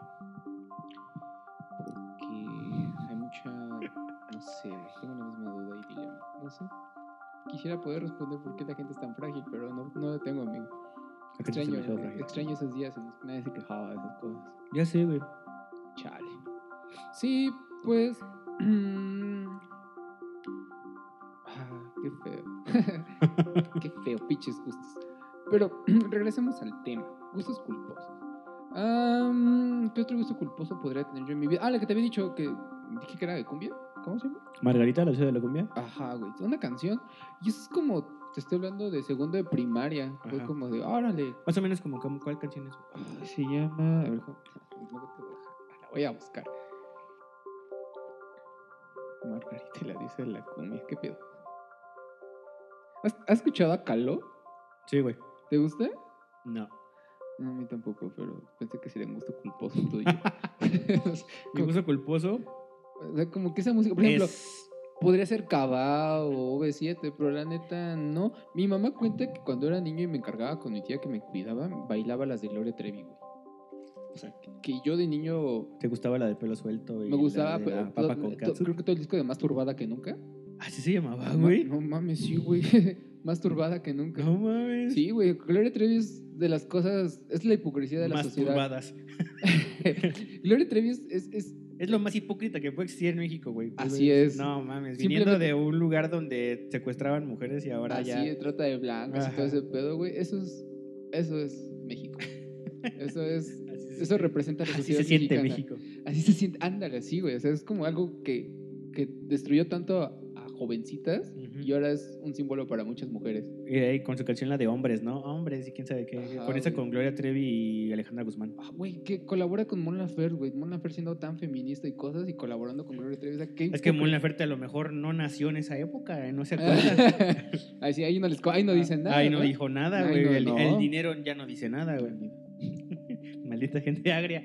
[SPEAKER 1] Porque hay mucha... No sé, tengo la misma duda y dilema. No sé. Quisiera poder responder por qué la gente es tan frágil, pero no, no lo tengo, amigo.
[SPEAKER 2] La gente es
[SPEAKER 1] Extraño,
[SPEAKER 2] demasiado frágil.
[SPEAKER 1] extraño esos días en los que nadie se quejaba de esas cosas.
[SPEAKER 2] Ya sé, güey.
[SPEAKER 1] Chale. Sí, pues... ah, qué feo. Qué feo, pinches gustos. Pero regresemos al tema. Gustos culposos. Um, ¿Qué otro gusto culposo podría tener yo en mi vida? Ah, la que te había dicho que dije que era de cumbia. ¿Cómo se llama?
[SPEAKER 2] Margarita, la ciudad de la cumbia.
[SPEAKER 1] Ajá, güey. Una canción. Y eso es como... Te estoy hablando de segundo de primaria. Fue
[SPEAKER 2] Ajá.
[SPEAKER 1] como de... Órale.
[SPEAKER 2] Más o menos como, como ¿cuál canción es?
[SPEAKER 1] Ay, se llama... A ver, jo- luego te voy a- la voy a buscar. Margarita, la dice de la cumbia. ¿Qué pedo? ¿Has, has escuchado a Caló?
[SPEAKER 2] Sí, güey.
[SPEAKER 1] ¿Te gusta?
[SPEAKER 2] No.
[SPEAKER 1] No, a mí tampoco, pero pensé que sería un gusto culposo tuyo.
[SPEAKER 2] Mi gusto culposo
[SPEAKER 1] O sea, como que esa música, por ejemplo,
[SPEAKER 2] es...
[SPEAKER 1] podría ser Cabá o O V siete, pero la neta no. Mi mamá cuenta que cuando era niño y me encargaba con mi tía que me cuidaba, bailaba las de Gloria Trevi, güey. O sea, que, que yo de niño
[SPEAKER 2] ¿Te gustaba la de pelo suelto? Y
[SPEAKER 1] me gustaba,
[SPEAKER 2] la de
[SPEAKER 1] pero
[SPEAKER 2] la papa
[SPEAKER 1] to-
[SPEAKER 2] con
[SPEAKER 1] to-
[SPEAKER 2] katsu?
[SPEAKER 1] creo que todo el disco de Más Turbada que Nunca.
[SPEAKER 2] Así se llamaba,
[SPEAKER 1] Ma-
[SPEAKER 2] güey.
[SPEAKER 1] No mames, sí, güey. Más turbada que nunca.
[SPEAKER 2] No mames.
[SPEAKER 1] Sí, güey. Gloria Trevi es de las cosas, es la hipocresía de la
[SPEAKER 2] Más
[SPEAKER 1] sociedad.
[SPEAKER 2] turbadas.
[SPEAKER 1] Gloria Trevi es, es, es
[SPEAKER 2] Es lo más hipócrita que puede existir en México, güey.
[SPEAKER 1] Así es.
[SPEAKER 2] No mames.
[SPEAKER 1] Simplemente-
[SPEAKER 2] Viniendo de un lugar donde secuestraban mujeres y ahora
[SPEAKER 1] así,
[SPEAKER 2] ya.
[SPEAKER 1] trata de blancas y
[SPEAKER 2] Ajá.
[SPEAKER 1] todo ese pedo, güey. Eso es, eso es México. Eso es,
[SPEAKER 2] Así se
[SPEAKER 1] eso representa a la
[SPEAKER 2] Así
[SPEAKER 1] sociedad
[SPEAKER 2] se siente
[SPEAKER 1] mexicana.
[SPEAKER 2] México.
[SPEAKER 1] Así se siente, ándale, así, güey. O sea, es como algo que, que destruyó tanto a, a jovencitas
[SPEAKER 2] Ujú.
[SPEAKER 1] y ahora es un símbolo para muchas mujeres.
[SPEAKER 2] Y ahí con su canción la de hombres, ¿no? Hombres y quién sabe qué.
[SPEAKER 1] Ajá,
[SPEAKER 2] con esa
[SPEAKER 1] güey.
[SPEAKER 2] con Gloria Trevi y Alejandra Guzmán.
[SPEAKER 1] Ah, güey, que colabora con Mon Laferte, güey. Mon Laferte siendo tan feminista y cosas y colaborando con Gloria Trevi. O sea, qué
[SPEAKER 2] Es que Mon
[SPEAKER 1] hipocresía.
[SPEAKER 2] Laferte a lo mejor no nació en esa época, ¿eh? No se acuerda.
[SPEAKER 1] Ahí sí, ahí no, les, co- ahí no dicen nada.
[SPEAKER 2] Ahí no
[SPEAKER 1] ¿verdad?
[SPEAKER 2] dijo nada,
[SPEAKER 1] Ay,
[SPEAKER 2] güey.
[SPEAKER 1] no,
[SPEAKER 2] el,
[SPEAKER 1] no.
[SPEAKER 2] el dinero ya no dice nada, güey. Maldita gente agria.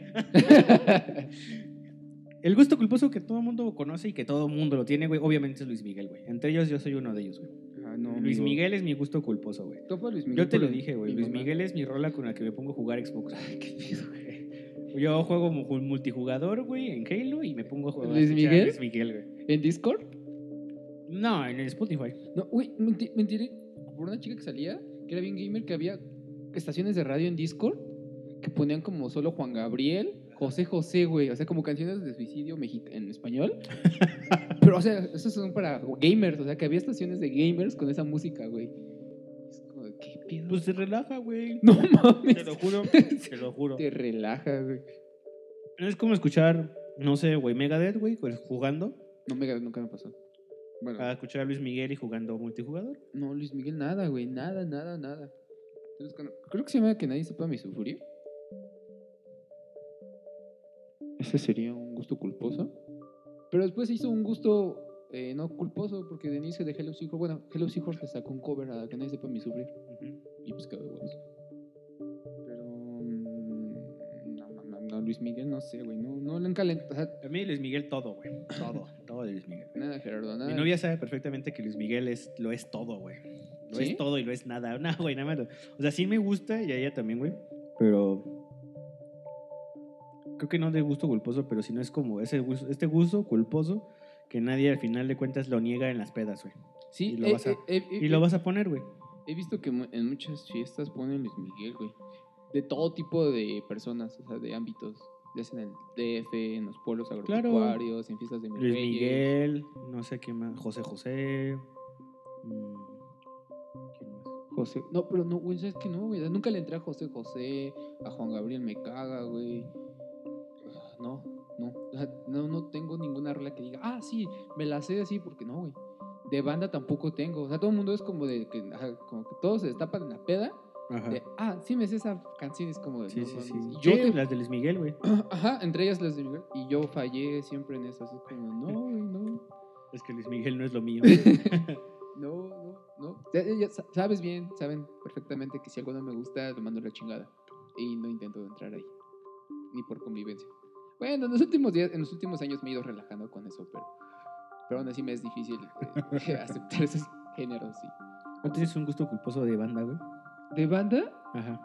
[SPEAKER 2] El gusto culposo que todo el mundo conoce y que todo el mundo lo tiene, güey, obviamente es Luis Miguel, güey. Entre ellos yo soy uno de ellos, güey.
[SPEAKER 1] Ah, no,
[SPEAKER 2] Luis
[SPEAKER 1] amigo.
[SPEAKER 2] Miguel es mi gusto culposo, güey.
[SPEAKER 1] Topa Luis Miguel
[SPEAKER 2] Yo te
[SPEAKER 1] por
[SPEAKER 2] lo dije, güey.
[SPEAKER 1] mi
[SPEAKER 2] Luis
[SPEAKER 1] mamá.
[SPEAKER 2] Miguel es mi rola con la que me pongo a jugar Xbox.
[SPEAKER 1] Ay, qué pedo, güey.
[SPEAKER 2] Yo juego mu- multijugador, güey, en Halo y me pongo a jugar
[SPEAKER 1] ¿Luis
[SPEAKER 2] a escuchar a
[SPEAKER 1] Miguel?
[SPEAKER 2] Luis Miguel, güey.
[SPEAKER 1] ¿En Discord?
[SPEAKER 2] No, en el Spotify.
[SPEAKER 1] No, güey, menti- mentiré por una chica que salía, que era bien gamer, que había estaciones de radio en Discord que ponían como solo Juan Gabriel, José José, güey. O sea, como canciones de suicidio mexi- en español. Pero, o sea, esos son para gamers. O sea, que había estaciones de gamers con esa música, güey. Es como, ¿qué pedo?
[SPEAKER 2] Pues se relaja, güey.
[SPEAKER 1] no mames.
[SPEAKER 2] Te lo juro, te lo juro.
[SPEAKER 1] Te relaja, güey.
[SPEAKER 2] Es como escuchar, no sé, güey, Megadeth, güey, pues, jugando.
[SPEAKER 1] No, me, nunca me pasó. Bueno,
[SPEAKER 2] A escuchar a Luis Miguel y jugando multijugador.
[SPEAKER 1] no, Luis Miguel, nada, güey. Nada, nada, nada. Entonces, cuando- creo que se llama Que Nadie Sepa Mi Sufrir. Ese sería un gusto culposo. Pero después se hizo un gusto eh, no culposo, porque de inicio de Hello Seahorse, bueno, Hello Seahorse le sacó un cover a Que Nadie Sepa Mi Sufrir. Y pues quedó de huevos. Pero. mm, No, no, no, no, Luis Miguel, no sé, güey. No, no le encalenta. O sea,
[SPEAKER 2] A mí Luis Miguel todo, güey. Todo, todo de Luis Miguel.
[SPEAKER 1] nada, Gerardo, nada.
[SPEAKER 2] Mi novia sabe perfectamente que Luis Miguel es, lo es todo, güey. Lo
[SPEAKER 1] ¿Sí?
[SPEAKER 2] es todo y lo es nada. No, güey, nada más. O sea, sí me gusta y a ella también, güey. Pero creo que no de gusto culposo, pero si no es como ese gusto, este gusto culposo que nadie al final de cuentas lo niega en las pedas, güey.
[SPEAKER 1] Sí,
[SPEAKER 2] Y lo
[SPEAKER 1] eh,
[SPEAKER 2] vas a,
[SPEAKER 1] eh, eh,
[SPEAKER 2] y
[SPEAKER 1] eh,
[SPEAKER 2] lo
[SPEAKER 1] eh,
[SPEAKER 2] vas a poner, güey.
[SPEAKER 1] he visto que mu- en muchas fiestas ponen Luis Miguel, güey. De todo tipo de personas, o sea, de ámbitos. Ya sea en el D F, en los pueblos agropecuarios, en fiestas de mis
[SPEAKER 2] Luis
[SPEAKER 1] reyes.
[SPEAKER 2] Miguel, no sé quién más, José José. mm, ¿Quién más?
[SPEAKER 1] José. No, pero no, güey, ¿sabes que no, güey? Nunca le entré a José José, a Juan Gabriel me caga, güey. Ah, No, no. O sea, no, no tengo ninguna regla que diga, ah, sí, me la sé así, porque no, güey. De banda tampoco tengo. O sea, todo el mundo es como de que, ajá, como que todos se destapan en la peda.
[SPEAKER 2] Ajá.
[SPEAKER 1] De, ah, sí, me sé esa canción, es como de,
[SPEAKER 2] Sí,
[SPEAKER 1] no
[SPEAKER 2] sí,
[SPEAKER 1] mames.
[SPEAKER 2] sí.
[SPEAKER 1] Y yo
[SPEAKER 2] Sí,
[SPEAKER 1] te.
[SPEAKER 2] las de Luis Miguel, güey.
[SPEAKER 1] Ajá, entre ellas las de Miguel. Y yo fallé siempre en eso. Así como, no, güey, no.
[SPEAKER 2] Es que Luis Miguel no es lo mío.
[SPEAKER 1] No, no, no. Ya- ya- ya sa- sabes bien, saben perfectamente que si algo no me gusta, lo mando a la chingada. Y no intento entrar ahí. Ni por convivencia. Bueno, en los últimos días, en los últimos años me he ido relajando con eso, pero, pero aún así me es difícil eh, aceptar esos géneros, sí.
[SPEAKER 2] ¿No tienes un gusto culposo de banda, güey?
[SPEAKER 1] ¿De banda?
[SPEAKER 2] Ajá.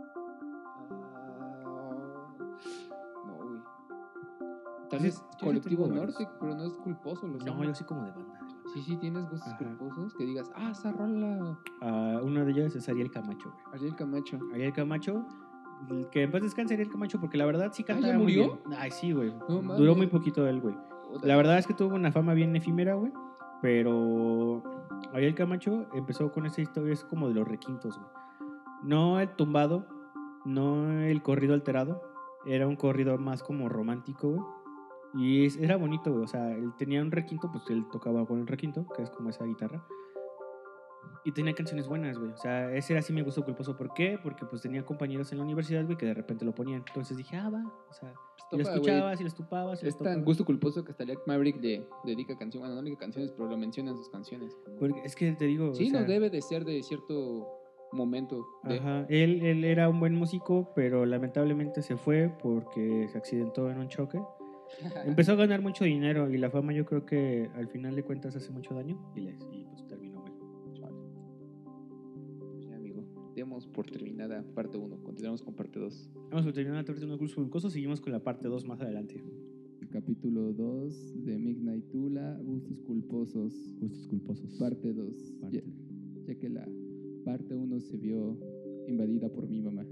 [SPEAKER 1] Ah, no, güey. Tal
[SPEAKER 2] Yo
[SPEAKER 1] vez
[SPEAKER 2] sí- yo sí
[SPEAKER 1] Colectivo
[SPEAKER 2] tengo varios.
[SPEAKER 1] Norte, pero no es culposo, los
[SPEAKER 2] No,
[SPEAKER 1] amo.
[SPEAKER 2] yo sí como de banda. de banda.
[SPEAKER 1] Sí, sí, tienes gustos
[SPEAKER 2] Ajá.
[SPEAKER 1] culposos que digas, ah, esa rola.
[SPEAKER 2] Ah, uno de ellos es Ariel Camacho, güey.
[SPEAKER 1] Ariel Camacho.
[SPEAKER 2] Ariel Camacho, el que en paz descanse Ariel Camacho, porque la verdad sí
[SPEAKER 1] Ah, ¿ya
[SPEAKER 2] cantaba muy bien.
[SPEAKER 1] murió?
[SPEAKER 2] Ay, sí, güey.
[SPEAKER 1] No
[SPEAKER 2] Duró muy
[SPEAKER 1] mames.
[SPEAKER 2] poquito él, güey.
[SPEAKER 1] Puta.
[SPEAKER 2] La verdad es que tuvo una fama bien efímera, güey. Pero Ariel Camacho empezó con esa historia, es como de los requintos, güey. No el tumbado, no el corrido alterado. Era un corrido más como romántico, güey. Y es- era bonito, güey. O sea, él tenía un requinto, pues él tocaba con el requinto, que es como esa guitarra. Y tenía canciones buenas, güey. O sea, ese era así mi gusto culposo. ¿Por qué? Porque pues tenía compañeros en la universidad, güey, que de repente lo ponían. Entonces dije, ah, va. O sea, si lo
[SPEAKER 1] Topa,
[SPEAKER 2] escuchaba,
[SPEAKER 1] güey.
[SPEAKER 2] si lo estupaba, si lo
[SPEAKER 1] Es tan
[SPEAKER 2] tocaba.
[SPEAKER 1] gusto culposo que hasta Jack Maverick le dedica canciones. Bueno, no le dedica canciones, pero lo menciona en sus canciones. como-
[SPEAKER 2] Porque es que te digo,
[SPEAKER 1] Sí,
[SPEAKER 2] o sea,
[SPEAKER 1] no debe de ser de cierto momento. De...
[SPEAKER 2] ajá, él, él era un buen músico, pero lamentablemente se fue porque se accidentó en un choque. Empezó a ganar mucho dinero y la fama yo creo que al final de cuentas hace mucho daño y, les, y pues terminó mal.
[SPEAKER 1] Pues ya, amigo. Demos por terminada parte uno. Continuamos con parte dos.
[SPEAKER 2] Vamos a terminar la parte de unos gustos culposos, seguimos con la parte dos más adelante.
[SPEAKER 1] Capítulo dos de Midnight Tula, Gustos Culposos.
[SPEAKER 2] Gustos culposos.
[SPEAKER 1] Parte dos.
[SPEAKER 2] Parte.
[SPEAKER 1] Ya, ya que la parte uno se vio invadida por mi mamá.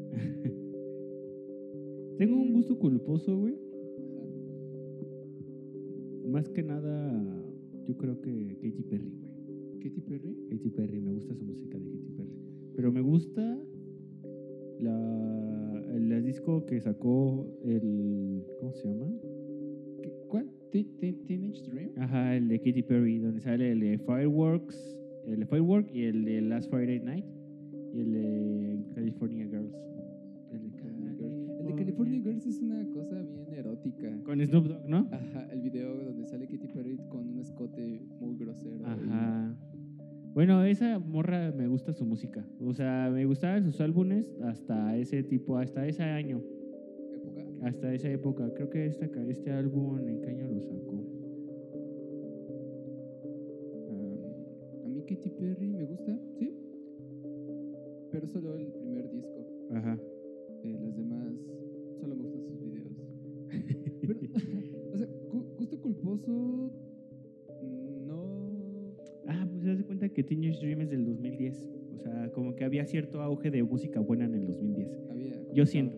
[SPEAKER 2] Tengo un gusto culposo, güey. Más que nada, yo creo que Katy Perry, güey.
[SPEAKER 1] ¿Katy Perry?
[SPEAKER 2] Katy Perry, me gusta su música de Katy Perry. Pero me gusta la, el disco que sacó el... ¿Cómo se llama?
[SPEAKER 1] ¿Qué- ¿Cuál? ¿Te- te- ¿Teenage Dream?
[SPEAKER 2] Ajá, el de Katy Perry, donde sale el de Fireworks, el de Firework y el de Last Friday Night y el de California Girls. El de
[SPEAKER 1] El de California Girls es una cosa bien erótica.
[SPEAKER 2] Con Snoop Dogg, ¿no?
[SPEAKER 1] Ajá, el video donde sale Katy Perry con un escote muy grosero.
[SPEAKER 2] Ajá. Bueno, esa morra me gusta su música. O sea, me gustaban sus álbumes hasta ese tipo, hasta ese año.
[SPEAKER 1] y- ¿Época?
[SPEAKER 2] Hasta esa época. Creo que esta, ca- este álbum, ¿en qué año lo sacó?
[SPEAKER 1] Um, a mí Katy Perry me gusta, sí. Pero solo el primer disco.
[SPEAKER 2] Ajá.
[SPEAKER 1] Eh, las demás solo me gustan sus videos. Pero, o sea, gu- gusto culposo. mm, No.
[SPEAKER 2] Ah, pues se das cuenta que Teenage Dream es del dos mil diez. O sea, como que había cierto auge de música buena en el dos mil diez.
[SPEAKER 1] Había.
[SPEAKER 2] Yo
[SPEAKER 1] comenzado.
[SPEAKER 2] siento.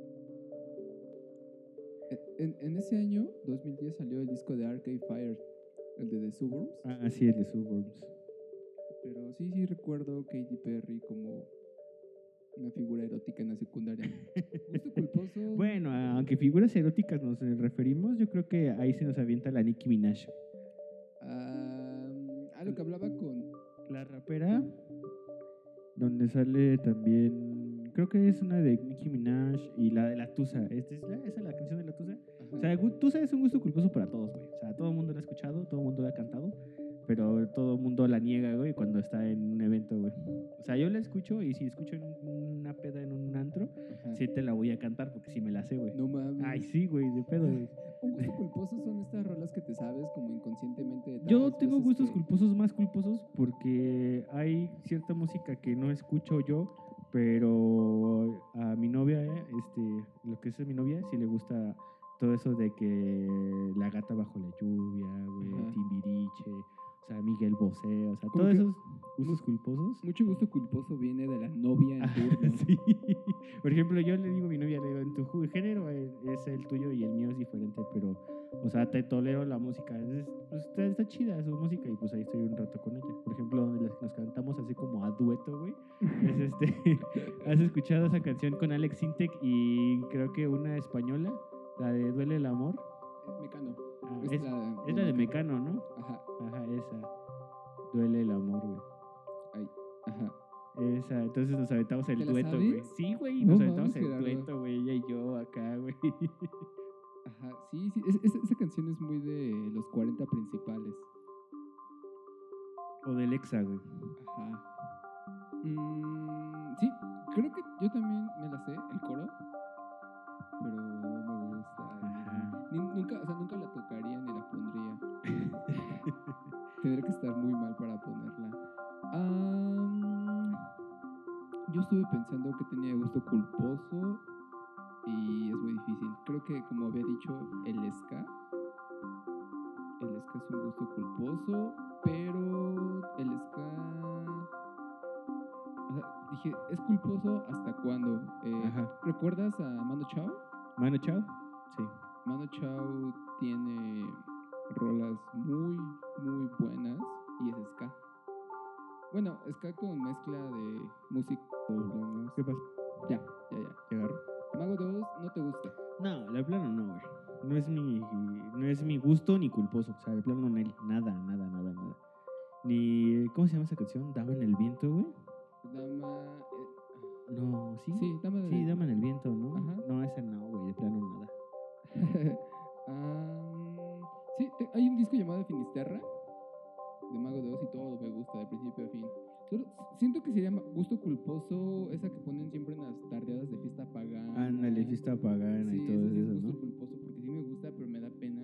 [SPEAKER 1] En, en ese año, dos mil diez, salió el disco de Arcade Fire, el de The Suburbs.
[SPEAKER 2] Ah, sí, el de Suburbs.
[SPEAKER 1] Pero sí, sí recuerdo Katy Perry como una figura erótica en la secundaria. Gusto culposo.
[SPEAKER 2] Bueno, aunque figuras eróticas nos eh, referimos, yo creo que ahí se nos avienta la Nicki Minaj.
[SPEAKER 1] Ah, ah, lo que hablaba con.
[SPEAKER 2] La rapera, donde sale también, creo que es una de Nicki Minaj y la de la Tusa. ¿Esta es la, ¿Esa es la canción de la Tusa?
[SPEAKER 1] Ajá.
[SPEAKER 2] O sea, gu- Tusa es un gusto culposo para todos, güey. O sea, todo el mundo lo ha escuchado, todo el mundo lo ha cantado. pero todo el mundo la niega, güey, cuando está en un evento, güey. O sea, yo la escucho y si escucho en una peda en un antro,
[SPEAKER 1] Ajá.
[SPEAKER 2] sí te la voy a cantar porque sí me la sé, güey.
[SPEAKER 1] No mames.
[SPEAKER 2] Ay, sí, güey, de pedo, güey.
[SPEAKER 1] Un gusto culposo son estas rolas que te sabes como inconscientemente. De
[SPEAKER 2] Yo
[SPEAKER 1] tantas
[SPEAKER 2] tengo
[SPEAKER 1] veces
[SPEAKER 2] gustos
[SPEAKER 1] que-
[SPEAKER 2] culposos más culposos porque hay cierta música que no escucho yo, pero a mi novia, eh, este, lo que es mi novia, sí le gusta todo eso de que La gata bajo la lluvia, güey,
[SPEAKER 1] Ajá.
[SPEAKER 2] Timbiriche, o sea, Miguel Bosé, o sea,
[SPEAKER 1] Como
[SPEAKER 2] todos
[SPEAKER 1] que
[SPEAKER 2] esos gustos culposos.
[SPEAKER 1] Mucho gusto culposo viene de la novia en
[SPEAKER 2] Ajá,
[SPEAKER 1] turno.
[SPEAKER 2] sí. Por ejemplo, yo le digo a mi novia, le digo, en tu ju- género eh, es el tuyo y el mío es diferente, pero, o sea, te tolero la música. Es- pues, está, está chida su música y pues ahí estoy un rato con ella. Por ejemplo, donde las- nos cantamos así como a dueto, güey. Es este, ¿has escuchado esa canción con Alex Sintek y creo que una española, la de Duele el amor?
[SPEAKER 1] Mecano.
[SPEAKER 2] Ah,
[SPEAKER 1] Es
[SPEAKER 2] es,
[SPEAKER 1] la
[SPEAKER 2] es la de Mecano, ¿no?
[SPEAKER 1] Ajá.
[SPEAKER 2] Ajá, esa. Duele el amor, güey.
[SPEAKER 1] Ay, ajá.
[SPEAKER 2] Esa, entonces nos aventamos el
[SPEAKER 1] ¿Te la
[SPEAKER 2] dueto, güey.
[SPEAKER 1] sabes?
[SPEAKER 2] Sí, güey,
[SPEAKER 1] No
[SPEAKER 2] nos aventamos
[SPEAKER 1] mames,
[SPEAKER 2] el
[SPEAKER 1] Gerardo.
[SPEAKER 2] dueto, güey, ella y yo acá, güey.
[SPEAKER 1] Ajá, sí, sí. es- es- esa canción es muy de los cuarenta principales.
[SPEAKER 2] O del Exa, güey.
[SPEAKER 1] Ajá. Mm, sí, creo que yo también me la sé, el coro. Pero no me gusta.
[SPEAKER 2] Ajá.
[SPEAKER 1] Ni- nunca, o sea, nunca la tocaría ni la pondría. Tendría que estar muy mal para ponerla. Am, yo estuve pensando que tenía gusto culposo y es muy difícil. Creo que, como había dicho, el ska. El ska es un gusto culposo, pero el ska. O sea, dije, ¿es culposo hasta cuándo? Eh,
[SPEAKER 2] Ajá.
[SPEAKER 1] ¿Recuerdas a Mano Chao?
[SPEAKER 2] Mano Chao. Sí.
[SPEAKER 1] Mano Chao tiene rolas muy, muy buenas y es ska. Bueno, ska con mezcla de música. Problemas.
[SPEAKER 2] ¿Qué pasa?
[SPEAKER 1] Ya, ya, ya.
[SPEAKER 2] ¿Te agarro?
[SPEAKER 1] Mago de Oz, ¿no te gusta?
[SPEAKER 2] No, de plano no, güey. No es mi, no es mi gusto ni culposo. O sea, de plano no, nada, nada, nada, nada. Ni, ¿cómo se llama esa canción? Dama en el viento, güey.
[SPEAKER 1] Dama. eh,
[SPEAKER 2] No, sí.
[SPEAKER 1] Sí, Dama en el
[SPEAKER 2] Sí,
[SPEAKER 1] Viento.
[SPEAKER 2] Dama en el viento, ¿no?
[SPEAKER 1] Ajá.
[SPEAKER 2] No, esa no, güey, de plano nada.
[SPEAKER 1] Am, sí, te- hay un disco llamado Finisterra de Mago de Oz y todo me gusta de principio a fin. Solo siento que sería ma- gusto culposo esa que ponen siempre en las tardeadas de fiesta pagana.
[SPEAKER 2] Ándale, fiesta pagana
[SPEAKER 1] Sí,
[SPEAKER 2] y todo
[SPEAKER 1] ese sí es
[SPEAKER 2] eso,
[SPEAKER 1] gusto
[SPEAKER 2] ¿no?
[SPEAKER 1] culposo porque sí me gusta, pero me da pena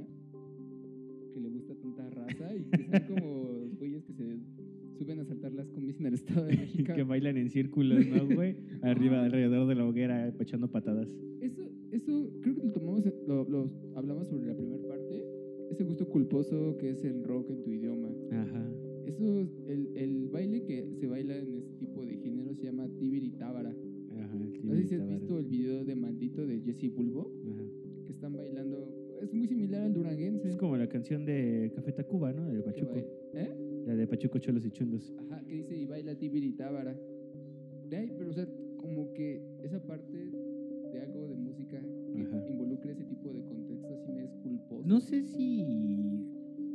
[SPEAKER 1] que le gusta tanta raza y que sean como los güeyes que se suben a saltar las combis en el Estado de México.
[SPEAKER 2] Que bailan en círculos, ¿no, güey? Arriba, alrededor de la hoguera, echando patadas.
[SPEAKER 1] Eso, eso creo que lo tomamos, lo, lo hablamos sobre la primera parte. Ese gusto culposo que es el rock en tu idioma.
[SPEAKER 2] Ajá.
[SPEAKER 1] Eso, el, el baile que se baila en este tipo de género se llama Tibiri Tábara.
[SPEAKER 2] Ajá, el
[SPEAKER 1] No sé si has
[SPEAKER 2] Tábara.
[SPEAKER 1] visto el video de Maldito de Jesse Bulbo,
[SPEAKER 2] Ajá.
[SPEAKER 1] que están bailando. Es muy similar al duranguense.
[SPEAKER 2] Es como la canción de Café Tacuba, ¿no? Del
[SPEAKER 1] que
[SPEAKER 2] Pachuco.
[SPEAKER 1] baila- ¿Eh?
[SPEAKER 2] La de Pachuco, Cholos y Chundos.
[SPEAKER 1] Ajá, que dice y baila Tibiri Tábara. De ahí, pero o sea, como que esa parte de algo de música que
[SPEAKER 2] Ajá.
[SPEAKER 1] involucre ese tipo de contexto sí me es culposo.
[SPEAKER 2] No sé si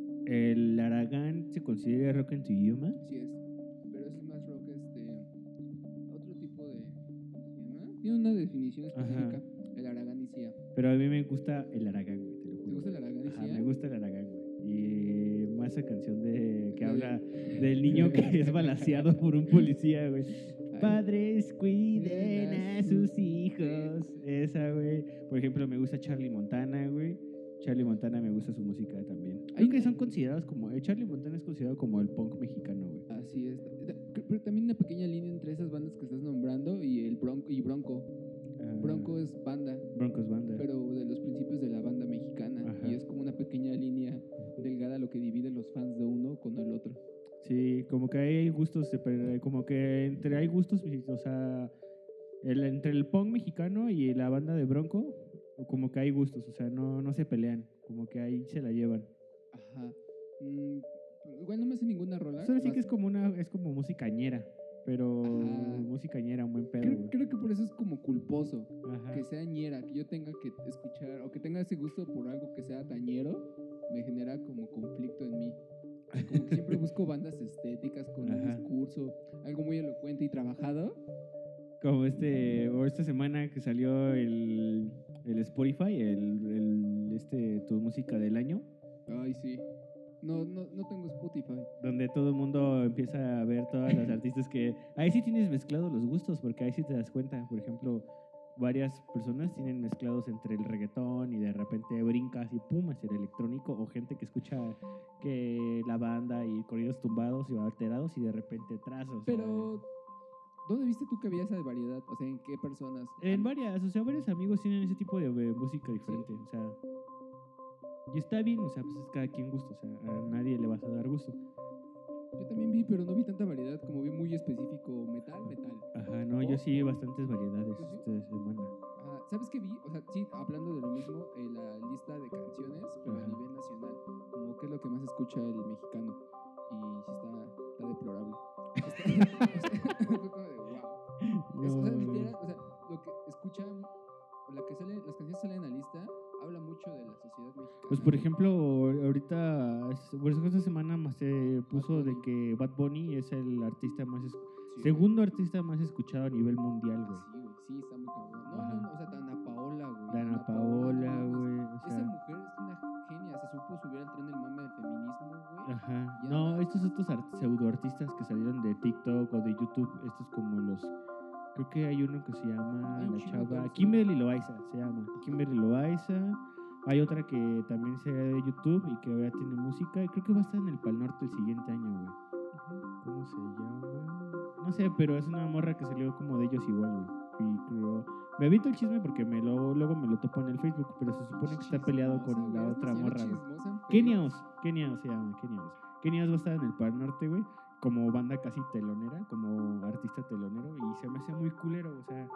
[SPEAKER 2] el Aragán se considera rock en tu idioma.
[SPEAKER 1] Sí es, pero es más rock, este, otro tipo de, ¿cómo se llama? Tiene una definición específica,
[SPEAKER 2] Ajá.
[SPEAKER 1] el araganicia.
[SPEAKER 2] Pero a mí me gusta el Aragán, güey, te lo
[SPEAKER 1] ¿Te
[SPEAKER 2] juro.
[SPEAKER 1] gusta el
[SPEAKER 2] Ajá,
[SPEAKER 1] araganicia?
[SPEAKER 2] me gusta el Aragán, güey. Y más esa canción de que
[SPEAKER 1] La de-
[SPEAKER 2] habla del niño que es balaceado por un policía, güey.
[SPEAKER 1] Ay.
[SPEAKER 2] Padres cuiden a sus hijos. Esa, güey. Por ejemplo, me gusta Charlie Montana, güey. Charlie Montana me gusta su música también. Creo que son considerados como... eh, Charlie Montana es considerado como el punk mexicano, güey.
[SPEAKER 1] Así es. Da- Pero también una pequeña línea entre esas bandas que estás nombrando y el Bronco y Bronco.
[SPEAKER 2] Ah,
[SPEAKER 1] Bronco es banda,
[SPEAKER 2] Broncos Banda.
[SPEAKER 1] pero de los principios de la banda mexicana.
[SPEAKER 2] Ajá.
[SPEAKER 1] Y es como una pequeña línea delgada lo que divide los fans de uno con el otro.
[SPEAKER 2] Sí, como que hay gustos, separ- como que entre hay gustos, o sea, el, entre el punk mexicano y la banda de Bronco, como que hay gustos, o sea, no, no se pelean, como que ahí se la llevan.
[SPEAKER 1] Ajá. Mm, igual no me hace ninguna rola.
[SPEAKER 2] Solo sí
[SPEAKER 1] más-
[SPEAKER 2] que es como una, es como musicañera, pero
[SPEAKER 1] Ajá.
[SPEAKER 2] musicañera, un buen pedo,
[SPEAKER 1] Creo,
[SPEAKER 2] güey.
[SPEAKER 1] creo que por eso es como culposo.
[SPEAKER 2] Ajá.
[SPEAKER 1] Que sea ñera, que yo tenga que escuchar o que tenga ese gusto por algo que sea tañero, me genera como conflicto en mí. O sea, como que siempre busco bandas estéticas con un
[SPEAKER 2] Ajá.
[SPEAKER 1] discurso, algo muy elocuente y trabajado.
[SPEAKER 2] Como este, o esta semana que salió el, el Spotify, el, el, este, tu música del año.
[SPEAKER 1] Ay, sí. No, no, no tengo Spotify.
[SPEAKER 2] Donde todo el mundo empieza a ver todas las artistas que... Ahí sí tienes mezclados los gustos, porque ahí sí te das cuenta. Por ejemplo, varias personas tienen mezclados entre el reggaetón y de repente brincas y pum, hacia el electrónico, o gente que escucha que la banda y corridos tumbados y alterados y de repente trazos.
[SPEAKER 1] Pero, ¿dónde viste tú que había esa variedad? O sea, ¿en qué personas?
[SPEAKER 2] En varias, o sea, varios amigos tienen ese tipo de eh, música diferente, sí. O sea... Y está bien, o sea, pues es cada quien gusto, o sea, a nadie le vas a dar gusto.
[SPEAKER 1] Yo también vi, pero no vi tanta variedad, como vi muy específico metal, metal.
[SPEAKER 2] Ajá, no, oh. yo sí vi bastantes variedades ¿Sí? esta semana.
[SPEAKER 1] Ah, ¿sabes qué vi? O sea, sí, hablando de lo mismo, eh, la lista de canciones, pero Ajá. a nivel nacional, como qué es lo que más escucha el mexicano. Y sí está, está deplorable. Está, o sea, fue como de wow. No. Es, o sea, literal, o sea, lo que escuchan, o la que sale, las canciones que salen en la lista, habla mucho de la sociedad mexicana.
[SPEAKER 2] Pues por ejemplo, ahorita, por eso esta semana más se puso de que Bad Bunny es el artista más, es, sí, segundo artista más escuchado a nivel mundial, güey.
[SPEAKER 1] Sí, güey, sí, está muy cabrón. No, no, no, o sea, Dana Paola, güey.
[SPEAKER 2] Dana Paola, güey. O
[SPEAKER 1] sea, esa mujer es una genia, se supo subir al tren del mame del feminismo, güey.
[SPEAKER 2] Ajá. No, anda... estos otros art- pseudoartistas que salieron de TikTok o de YouTube, estos como los... Creo que hay uno que se llama Ay, la chava Kimberly Loaiza, se llama Kimberly Loaiza. Hay otra que también se ve de YouTube y que ahora tiene música y creo que va a estar en el Pal Norte el siguiente año, güey. Uh-huh. ¿Cómo se llama? No sé, pero es una morra que salió como de ellos igual, güey. Y creo... Me evito el chisme porque me lo, luego me lo topo en el Facebook, pero se supone que está peleado con la otra morra, güey. Keniaos, Keniaos se llama, Keniaos. Keniaos va a estar en el Pal Norte, güey, como banda casi telonera, como artista telonero, y se me hace muy culero, o sea,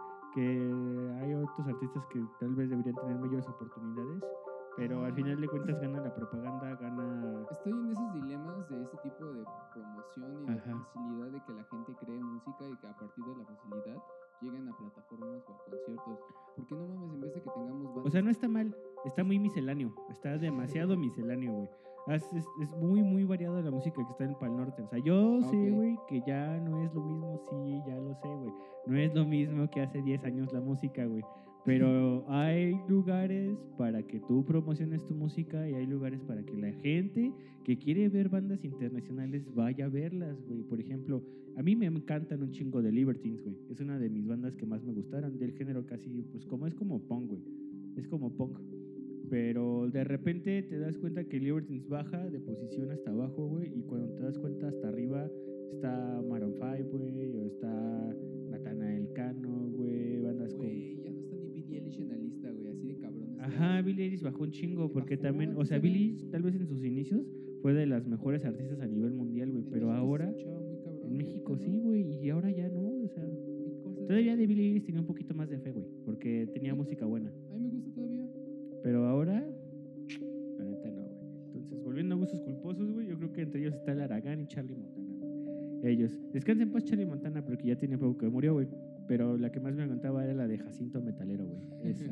[SPEAKER 2] que hay otros artistas que tal vez deberían tener mayores oportunidades, pero al final de cuentas gana la propaganda, gana...
[SPEAKER 1] Estoy en esos dilemas de este tipo de promoción y de Ajá. facilidad de que la gente cree música y que a partir de la facilidad lleguen a plataformas o a conciertos. Porque no mames, en vez de que tengamos bandas...
[SPEAKER 2] O sea, no está mal, está muy misceláneo, está demasiado misceláneo, güey. Es, es, es muy, muy variado la música que está en el Pal Norte. O sea, yo okay. sé, güey, que ya no es lo mismo, sí, ya lo sé, güey. No es lo mismo que hace diez años la música, güey. Pero hay lugares para que tú promociones tu música y hay lugares para que la gente que quiere ver bandas internacionales vaya a verlas, güey. Por ejemplo, a mí me encantan un chingo de Libertines, güey. Es una de mis bandas que más me gustaron, del género casi, pues como es como punk, güey. Es como punk. Pero de repente te das cuenta que Libertines baja de posición hasta abajo, güey, y cuando te das cuenta hasta arriba está Maroon cinco, güey, o está Natanael Cano, güey, bandas como...
[SPEAKER 1] Güey, ya no está ni Billie Eilish en la lista, güey, así de cabrones.
[SPEAKER 2] Ajá, Billie Eilish bajó un chingo, porque bajó, también, o sea, Billie Eilish tal vez en sus inicios fue de las mejores artistas a nivel mundial, güey, pero
[SPEAKER 1] México
[SPEAKER 2] ahora...
[SPEAKER 1] Muy cabrón,
[SPEAKER 2] en México sí, güey, y ahora ya no, o sea... Todavía de Billie Eilish tenía un poquito más de fe, güey, porque tenía ¿Sí? música buena.
[SPEAKER 1] A mí me gusta todavía.
[SPEAKER 2] Pero ahora... La neta no, güey. Entonces, volviendo a gustos culposos, güey, yo creo que entre ellos está el Aragán y Charlie Montana. Ellos. Descansen pues Charlie Montana, porque ya tiene poco que murió, güey. Pero la que más me aguantaba era la de Jacinto Metalero, güey. Esa.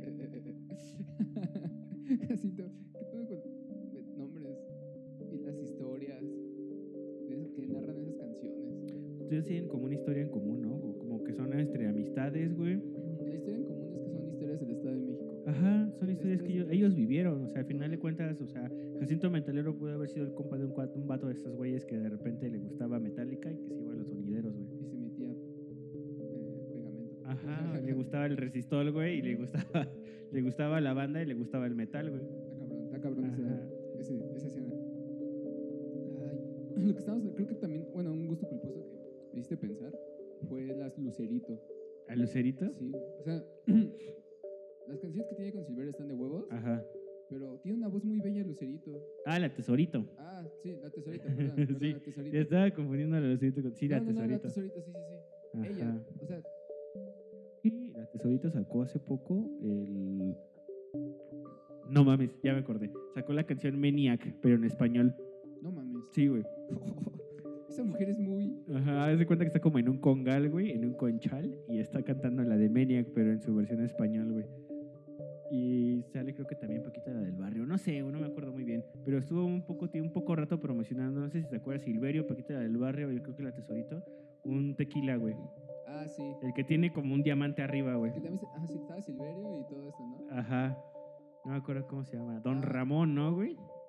[SPEAKER 1] Jacinto, ¿qué pedo con nombres y las historias de esas que narran esas canciones?
[SPEAKER 2] Ustedes tienen como una historia en común, ¿no? O como que son entre amistades, güey.
[SPEAKER 1] La historia en común es que son historias del Estado de México.
[SPEAKER 2] Ajá, son historias que ellos, ellos vivieron, o sea, al final de cuentas, o sea, Jacinto Metalero pudo haber sido el compa de un, un vato de estos güeyes que de repente le gustaba Metallica y que se iba a los sonideros, güey.
[SPEAKER 1] Y se metía eh, pegamento.
[SPEAKER 2] Ajá, le gustaba el resistol, güey, y le gustaba, le gustaba la banda y le gustaba el metal, güey.
[SPEAKER 1] Está cabrón, está cabrón esa, ese, esa escena. Ay, lo que estamos, creo que también, bueno, un gusto culposo que me hiciste pensar fue las Lucerito.
[SPEAKER 2] ¿A Lucerito?
[SPEAKER 1] Sí, o sea... Las canciones que tiene con Silverio están de huevos.
[SPEAKER 2] Ajá.
[SPEAKER 1] Pero tiene una voz muy bella, Lucerito.
[SPEAKER 2] Ah, la Tesorito.
[SPEAKER 1] Ah, sí, la Tesorito, perdón. perdón
[SPEAKER 2] sí,
[SPEAKER 1] la Tesorito.
[SPEAKER 2] Estaba confundiendo a la Lucerito con... Sí,
[SPEAKER 1] no,
[SPEAKER 2] la
[SPEAKER 1] no,
[SPEAKER 2] Tesorito.
[SPEAKER 1] No, la Tesorito, sí, sí, sí. Ajá. Ella, o sea...
[SPEAKER 2] Y la Tesorito sacó hace poco el... No mames, ya me acordé. Sacó la canción Maniac, pero en español.
[SPEAKER 1] No mames.
[SPEAKER 2] Sí, güey.
[SPEAKER 1] Esa mujer es muy...
[SPEAKER 2] Ajá, haz de cuenta que está como en un congal, güey, en un conchal, y está cantando la de Maniac, pero en su versión español, güey. Y sale creo que también Paquita la del Barrio, no sé, no me acuerdo muy bien, pero estuvo un poco, un poco rato promocionando, no sé si te acuerdas, Silverio, Paquita la del Barrio, yo creo que la Tesorito, un tequila, güey.
[SPEAKER 1] Ah, sí.
[SPEAKER 2] El que tiene como un diamante arriba, güey.
[SPEAKER 1] Que también se... Ah, sí, estaba Silverio y todo esto, ¿no?
[SPEAKER 2] Ajá, no me acuerdo cómo se llama, Don ah. Ramón, ¿no, güey?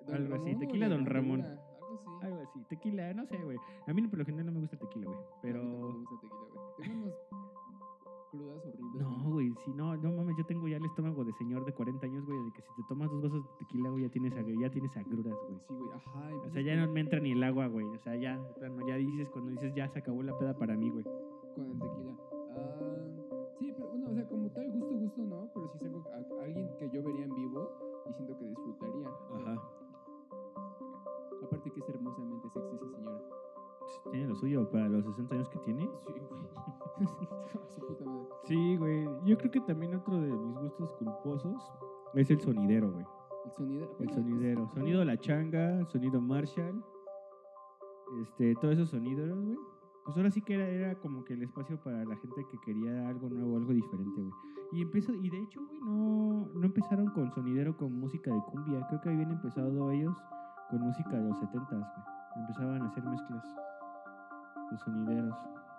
[SPEAKER 1] Don
[SPEAKER 2] Algo así,
[SPEAKER 1] Ramón o
[SPEAKER 2] tequila
[SPEAKER 1] de
[SPEAKER 2] Don Ramón.
[SPEAKER 1] Herradura, Algo así.
[SPEAKER 2] Algo así, tequila, no sé, güey. A mí por lo general no me gusta el tequila, güey.
[SPEAKER 1] A mí tampoco
[SPEAKER 2] Pero...
[SPEAKER 1] me gusta tequila, güey. Tengo unos crudas horribles.
[SPEAKER 2] No, güey, sí, no, no mames, yo tengo ya el estómago de señor de cuarenta años, güey, de que si te tomas dos vasos de tequila, güey, ya tienes, ag- ya tienes agruras, güey.
[SPEAKER 1] Sí, güey, ajá.
[SPEAKER 2] O sea, ya no me entra ni el agua, güey. O sea, ya, de plano, ya dices, cuando dices ya se acabó la peda para mí, güey.
[SPEAKER 1] Con el tequila. Ah, sí, pero bueno, o sea, como tal, gusto, gusto no, pero sí es algo, a, alguien que yo vería en vivo y siento que disfrutaría.
[SPEAKER 2] Ajá.
[SPEAKER 1] Aparte que es hermosamente sexy esa señora.
[SPEAKER 2] Tiene lo suyo para los sesenta años que tiene.
[SPEAKER 1] Sí, güey. Su puta madre.
[SPEAKER 2] Sí, güey. Yo creo que también otro de mis gustos culposos es el sonidero, güey.
[SPEAKER 1] El sonido.
[SPEAKER 2] El sonidero. Sonido La Changa, sonido Marshall. Este, todos esos sonidos, güey. Pues ahora sí que era, era como que el espacio para la gente que quería algo nuevo, algo diferente, güey. Y empezó, y de hecho, güey, no, no empezaron con sonidero con música de cumbia. Creo que habían empezado ellos con música de los setentas, güey. Empezaban a hacer mezclas. Los sonideros.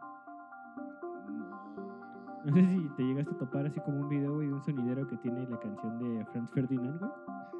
[SPEAKER 2] No sé si te llegaste a topar así como un video, güey, de un sonidero que tiene la canción de Franz Ferdinand, güey.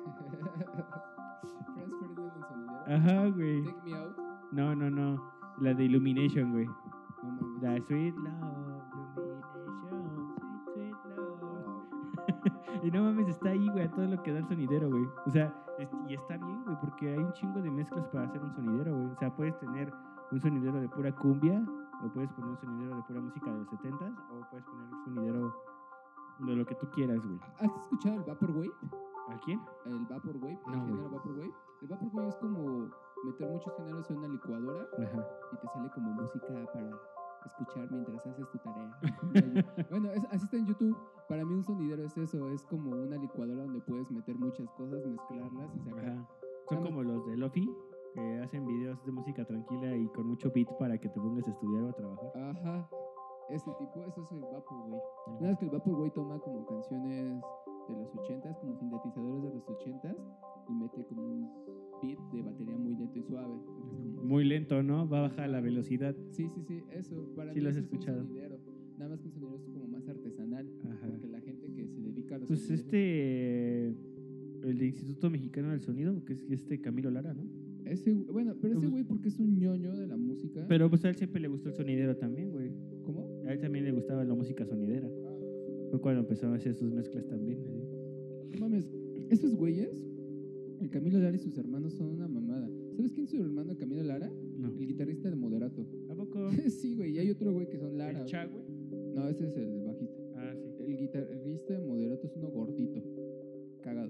[SPEAKER 1] Franz Ferdinand el sonidero.
[SPEAKER 2] Ajá, güey.
[SPEAKER 1] Take Me Out.
[SPEAKER 2] No, no, no. La de Illumination, güey.
[SPEAKER 1] No mames.
[SPEAKER 2] La Sweet Love, Illumination, Sweet, Sweet Love. Y no mames, está ahí, güey, a todo lo que da el sonidero, güey. O sea, es- y está bien, güey, porque hay un chingo de mezclas para hacer un sonidero, güey. O sea, puedes tener un sonidero de pura cumbia, o puedes poner un sonidero de pura música de los setentas, o puedes poner un sonidero de lo que tú quieras, güey.
[SPEAKER 1] ¿Has escuchado el Vaporwave?
[SPEAKER 2] ¿A quién?
[SPEAKER 1] El Vaporwave, el
[SPEAKER 2] No, güey.
[SPEAKER 1] género Vaporwave. El Vaporwave es como meter muchos géneros en una licuadora
[SPEAKER 2] Ajá.
[SPEAKER 1] y te sale como música para escuchar mientras haces tu tarea. Bueno, es- así está en YouTube. Para mí un sonidero es eso, es como una licuadora donde puedes meter muchas cosas, mezclarlas y sacar.
[SPEAKER 2] Ajá. Son como los de Lofi, que hacen videos de música tranquila y con mucho beat para que te pongas a estudiar o a trabajar.
[SPEAKER 1] Ajá, ese tipo, eso es el Vaporwave. Nada más que el Vaporwave toma como canciones de los ochentas, como sintetizadores de los ochentas y mete como un beat de batería muy lento y suave. Entonces, como-
[SPEAKER 2] Muy lento, ¿no? Va a bajar la velocidad.
[SPEAKER 1] Sí, sí, sí, eso. Para
[SPEAKER 2] Sí
[SPEAKER 1] mí
[SPEAKER 2] lo has
[SPEAKER 1] eso es un
[SPEAKER 2] escuchado.
[SPEAKER 1] sonidero. Nada más que un sonidero es como más artesanal.
[SPEAKER 2] Ajá.
[SPEAKER 1] Porque la gente que se dedica a los
[SPEAKER 2] Pues
[SPEAKER 1] sonideros-
[SPEAKER 2] este, el de Instituto Mexicano del Sonido, que es este Camilo Lara, ¿no?
[SPEAKER 1] Ese, bueno, pero ese güey porque es un ñoño de la música.
[SPEAKER 2] Pero pues a él siempre le gustó el sonidero también, güey.
[SPEAKER 1] ¿Cómo?
[SPEAKER 2] A él también le gustaba la música sonidera.
[SPEAKER 1] Ah,
[SPEAKER 2] Fue cuando empezó a hacer sus mezclas también. ¿eh?
[SPEAKER 1] no mames, esos güeyes, el Camilo Lara y sus hermanos son una mamada. ¿Sabes quién es su hermano de Camilo Lara?
[SPEAKER 2] No.
[SPEAKER 1] El guitarrista de Moderato.
[SPEAKER 2] ¿A poco?
[SPEAKER 1] Sí, güey, y hay otro güey que son Lara.
[SPEAKER 2] ¿El Cha, güey?
[SPEAKER 1] No, ese es el bajista.
[SPEAKER 2] Ah, sí.
[SPEAKER 1] El guitarrista de Moderato es uno gordito, cagado.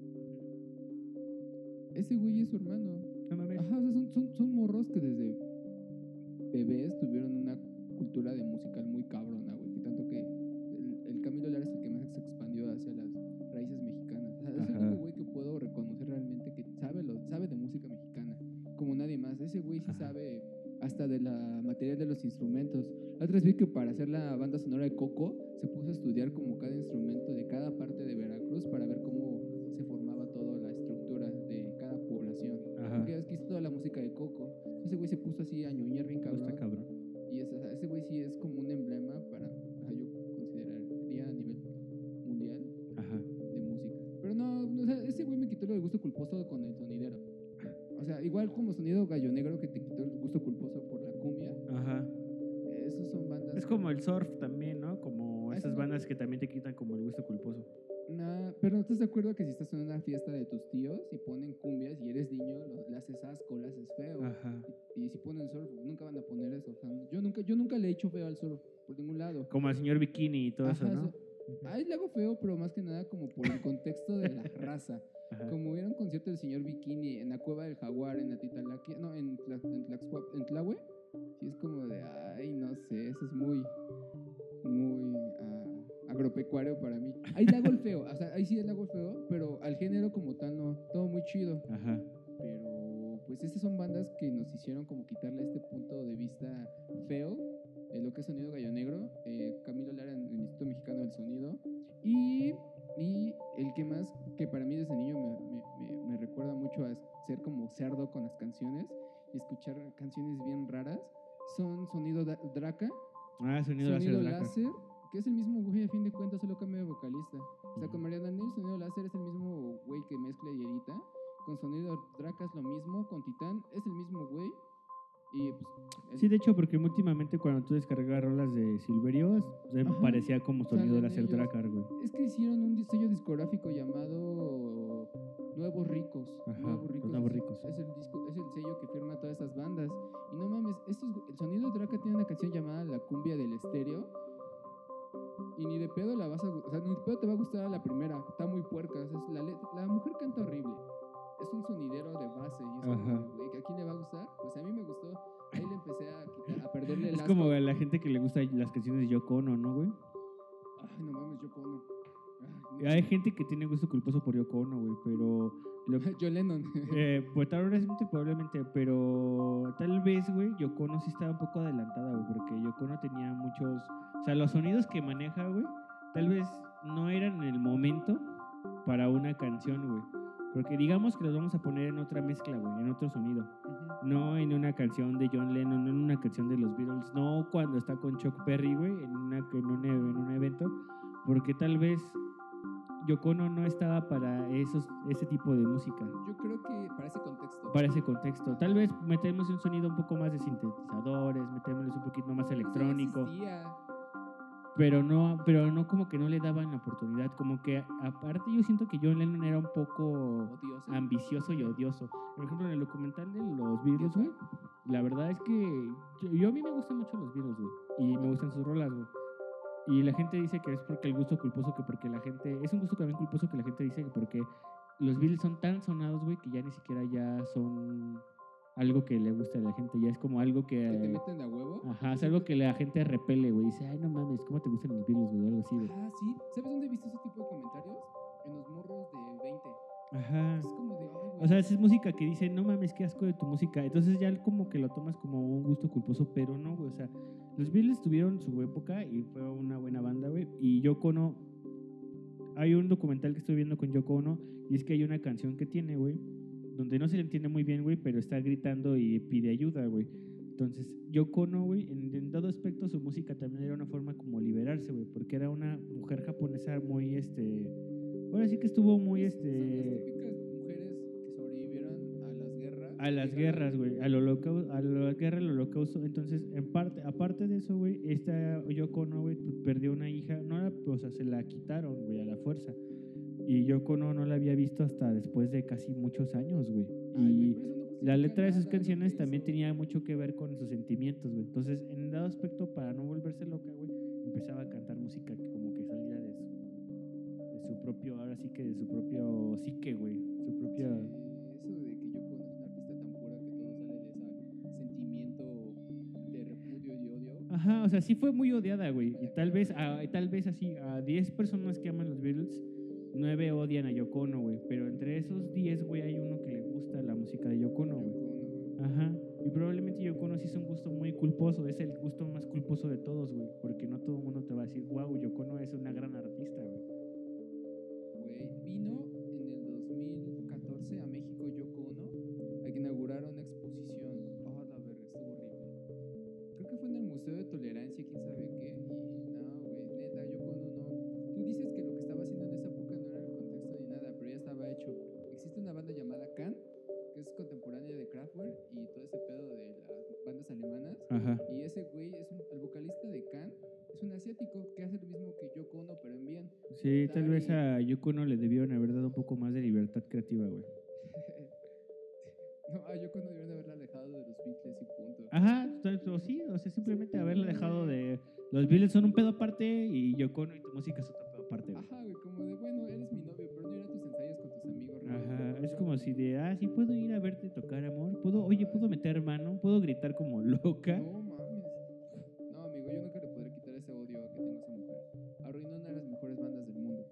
[SPEAKER 1] Ese güey es su hermano.
[SPEAKER 2] No mames.
[SPEAKER 1] Ajá, o sea, son, son, son morros que desde bebés tuvieron una cultura de musical muy cabrona, güey. Que tanto que el, el Camilo Lara es el que más se expandió hacia las raíces mexicanas. O sea, es el
[SPEAKER 2] Ajá.
[SPEAKER 1] único güey que puedo reconocer realmente que sabe, lo, sabe de música mexicana, como nadie más. Ese güey sí
[SPEAKER 2] Ajá.
[SPEAKER 1] sabe hasta de la material de los instrumentos. La otra vez vi que para hacer la banda sonora de Coco se puso a estudiar como cada instrumento de cada parte de Veracruz para ver cómo se formaba toda la estructura de cada población.
[SPEAKER 2] Ajá.
[SPEAKER 1] Porque es que hizo toda la música de Coco. Ese güey se puso así a ñoñar bien cabrón.
[SPEAKER 2] Está cabrón.
[SPEAKER 1] Y ese, ese güey sí es como un emblema para, ajá, yo consideraría a nivel mundial
[SPEAKER 2] Ajá.
[SPEAKER 1] de música. Pero no, no, o sea, ese güey me quitó el gusto culposo con el sonidero. O sea, igual como sonido Gallo Negro que te quitó el gusto culposo por la cumbia.
[SPEAKER 2] Ajá.
[SPEAKER 1] Esos son bandas.
[SPEAKER 2] Es como el surf también, ¿no? Como
[SPEAKER 1] Ah,
[SPEAKER 2] esas
[SPEAKER 1] sí.
[SPEAKER 2] bandas que también te quitan como el gusto culposo.
[SPEAKER 1] Nah, pero ¿no estás de acuerdo que si estás en una fiesta de tus tíos y ponen cumbias y eres niño, lo- le haces asco, le haces feo?
[SPEAKER 2] Ajá.
[SPEAKER 1] Y, y si ponen surf, nunca van a poner eso. O sea, yo nunca, yo nunca le he hecho feo al surf por ningún lado.
[SPEAKER 2] Como al señor Bikini y todo
[SPEAKER 1] Ajá,
[SPEAKER 2] eso, ¿no?
[SPEAKER 1] eso- Ahí le hago feo, pero más que nada como por el contexto de la raza.
[SPEAKER 2] Ajá.
[SPEAKER 1] Como hubiera un concierto del señor Bikini en la Cueva del Jaguar, en Atitalaquia, no, en, Tla- en, Tlaxcua- en Tlahue, sí es como de, ay, no sé, eso es muy, muy ah, agropecuario para mí. Ahí le hago el feo, o sea, ahí sí le hago el feo, pero al género como tal no, todo muy chido.
[SPEAKER 2] Ajá.
[SPEAKER 1] Pero pues estas son bandas que nos hicieron como quitarle este punto de vista feo, eh, lo que es Sonido Gallo Negro, eh, Camilo Lara en el Instituto Mexicano del Sonido, y, y el que más, que para mí desde niño me, me, me, me recuerda mucho a ser como cerdo con las canciones y escuchar canciones bien raras, son Sonido Da- Draca,
[SPEAKER 2] Ah, sonido,
[SPEAKER 1] Sonido
[SPEAKER 2] láser.
[SPEAKER 1] Láser, que es el mismo güey a fin de cuentas, solo cambia de vocalista. O sea,
[SPEAKER 2] Ujú.
[SPEAKER 1] con Mariana Neil, Sonido Láser es el mismo güey que mezcla y edita, con Sonido Draka es lo mismo, con Titán es el mismo güey. Y pues, el...
[SPEAKER 2] Sí, de hecho, porque últimamente cuando tú descargabas rolas de Silverio, me parecía como Sonido Láser Drácar, güey.
[SPEAKER 1] Es que hicieron un sello discográfico llamado Nuevos Ricos.
[SPEAKER 2] Ajá,
[SPEAKER 1] Nuevos Ricos.
[SPEAKER 2] Nuevos
[SPEAKER 1] es,
[SPEAKER 2] Ricos.
[SPEAKER 1] Es el, disco, es el sello que firma todas esas bandas. Y no mames, estos, el Sonido Draka tiene una canción llamada La Cumbia del Estéreo. Y ni de pedo la vas a... O sea, ni de pedo te va a gustar a la primera. Está muy puerca. O sea, la, la mujer canta horrible. Es un sonidero de base. Y es como, güey, ¿a quién le va a gustar? Pues a mí me gustó. Ahí le empecé a, quitar, a perderle el
[SPEAKER 2] Es
[SPEAKER 1] asco.
[SPEAKER 2] como a la gente que le gusta las canciones de Yoko Ono, ¿no, güey?
[SPEAKER 1] Ay, no mames, Yoko Ono. Ay,
[SPEAKER 2] no. Hay gente que tiene gusto culposo por Yoko Ono, güey, pero...
[SPEAKER 1] Lo, John Lennon.
[SPEAKER 2] Eh, pues tal vez, probablemente, pero tal vez, güey, Yoko Ono sí estaba un poco adelantada, güey, porque Yoko Ono tenía muchos... O sea, los sonidos que maneja, güey, tal vez no eran en el momento para una canción, güey. Porque digamos que los vamos a poner en otra mezcla, güey, en otro sonido. Uh-huh. No en una canción de John Lennon, no en una canción de los Beatles, no cuando está con Chuck Berry, güey, en, una, en, un, en un evento, porque tal vez Yoko Ono no estaba para esos, ese tipo de música.
[SPEAKER 1] Yo creo que para ese contexto.
[SPEAKER 2] Para ese contexto. Tal vez metemos un sonido un poco más de sintetizadores, metemos un poquito más electrónico.
[SPEAKER 1] No existía.
[SPEAKER 2] Pero no, pero no como que no le daban la oportunidad, como que aparte yo siento que John Lennon era un poco odioso. ambicioso y odioso. Por ejemplo, en el documental de los Beatles, güey, la verdad es que yo, yo a mí me gustan mucho los Beatles, güey, y me gustan sus rolas, güey. Y la gente dice que es porque el gusto culposo, que porque la gente, es un gusto también culposo que la gente dice que porque los Beatles son tan sonados, güey, que ya ni siquiera ya son algo que le gusta a la gente, ya es como algo que...
[SPEAKER 1] ¿Que te meten a huevo?
[SPEAKER 2] Ajá, es algo que la gente repele, güey. Dice, ay, no mames, ¿cómo te gustan los Beatles, güey? O algo así, güey.
[SPEAKER 1] Ah, sí. ¿Sabes dónde he visto ese tipo de comentarios? En los morros de veinte.
[SPEAKER 2] Ajá.
[SPEAKER 1] Es como de, ay, güey.
[SPEAKER 2] O sea, es música que dice, no mames, qué asco de tu música. Entonces ya como que lo tomas como un gusto culposo, pero no, güey. O sea, los Beatles tuvieron su época y fue una buena banda, güey. Y Yoko Ono, hay un documental que estoy viendo con Yoko Ono y es que hay una canción que tiene, güey, donde no se le entiende muy bien, güey, pero está gritando y pide ayuda, güey. Entonces, Yoko Ono, güey, en, en todo aspecto su música también era una forma como liberarse, güey, porque era una mujer japonesa muy, este... Ahora sí que estuvo muy, este...
[SPEAKER 1] Son las típicas mujeres que sobrevivieron a las guerras.
[SPEAKER 2] A las guerras, güey, al holocausto, a la guerra del holocausto. Entonces, en parte, aparte de eso, güey, esta Yoko Ono, güey, perdió una hija, no la, o sea, se la quitaron, güey, a la fuerza. Y Yoko Ono no la había visto hasta después de casi muchos años, güey. Y la letra de sus canciones también tenía mucho que ver con sus sentimientos, güey. Entonces, en dado aspecto, para no volverse loca, güey, empezaba a cantar música que como que salía de su, de su propio, ahora sí que de su propio psique, güey. Su propia...
[SPEAKER 1] Sí, eso de que Yoko Ono es una artista tan pura que todo sale de ese sentimiento de repudio y odio.
[SPEAKER 2] Ajá, o sea, sí fue muy odiada, güey. Y tal vez, a, tal vez así, a diez personas que aman los Beatles, nueve odian a Yoko Ono, güey. Pero entre esos diez, güey, hay uno que le gusta la música de Yoko Ono, güey. Ajá. Y probablemente Yoko Ono sí es un gusto muy culposo. Es el gusto más culposo de todos, güey. Porque no todo el mundo te va a decir, wow, Yoko Ono es una gran artista, güey.
[SPEAKER 1] Güey, vino en el dos mil catorce a México Yoko Ono a inaugurar una exposición. Oh, la verga, estuvo horrible. Creo que fue en el Museo de Tolerancia, quién sabe qué. Y no, güey, neta, Yoko Ono no. Tú dices que lo que estaba haciendo en esa época no era el contexto ni nada, pero ya estaba hecho. Existe una banda llamada Can, que es contemporánea de Kraftwerk y todo ese pedo de las bandas alemanas.
[SPEAKER 2] Ajá.
[SPEAKER 1] Y ese güey es un, el vocalista de Can, es un asiático que hace lo mismo que Yoko Ono, pero en bien.
[SPEAKER 2] Sí,
[SPEAKER 1] Está
[SPEAKER 2] tal vez
[SPEAKER 1] ahí.
[SPEAKER 2] a Yoko Ono le debieron haber dado un poco más de libertad creativa, güey.
[SPEAKER 1] No, a Yoko Ono debieron haberla alejado de los Beatles y punto.
[SPEAKER 2] Ajá, o sí, o sea, simplemente haberla dejado de... Los Beatles son un pedo aparte y Yoko Ono y tu música es otro pedo aparte, güey.
[SPEAKER 1] Ajá, güey, como de, bueno, eres mi novio, pero no ir a tus ensayos con tus amigos.
[SPEAKER 2] Ajá, es como si de, ah, sí puedo ir a verte tocar, amor. Puedo, oye, puedo meter mano, puedo gritar como loca.
[SPEAKER 1] No mames. No, amigo, yo nunca le podré quitar ese odio que tengo a esa mujer. Arruinó una de las mejores bandas del mundo.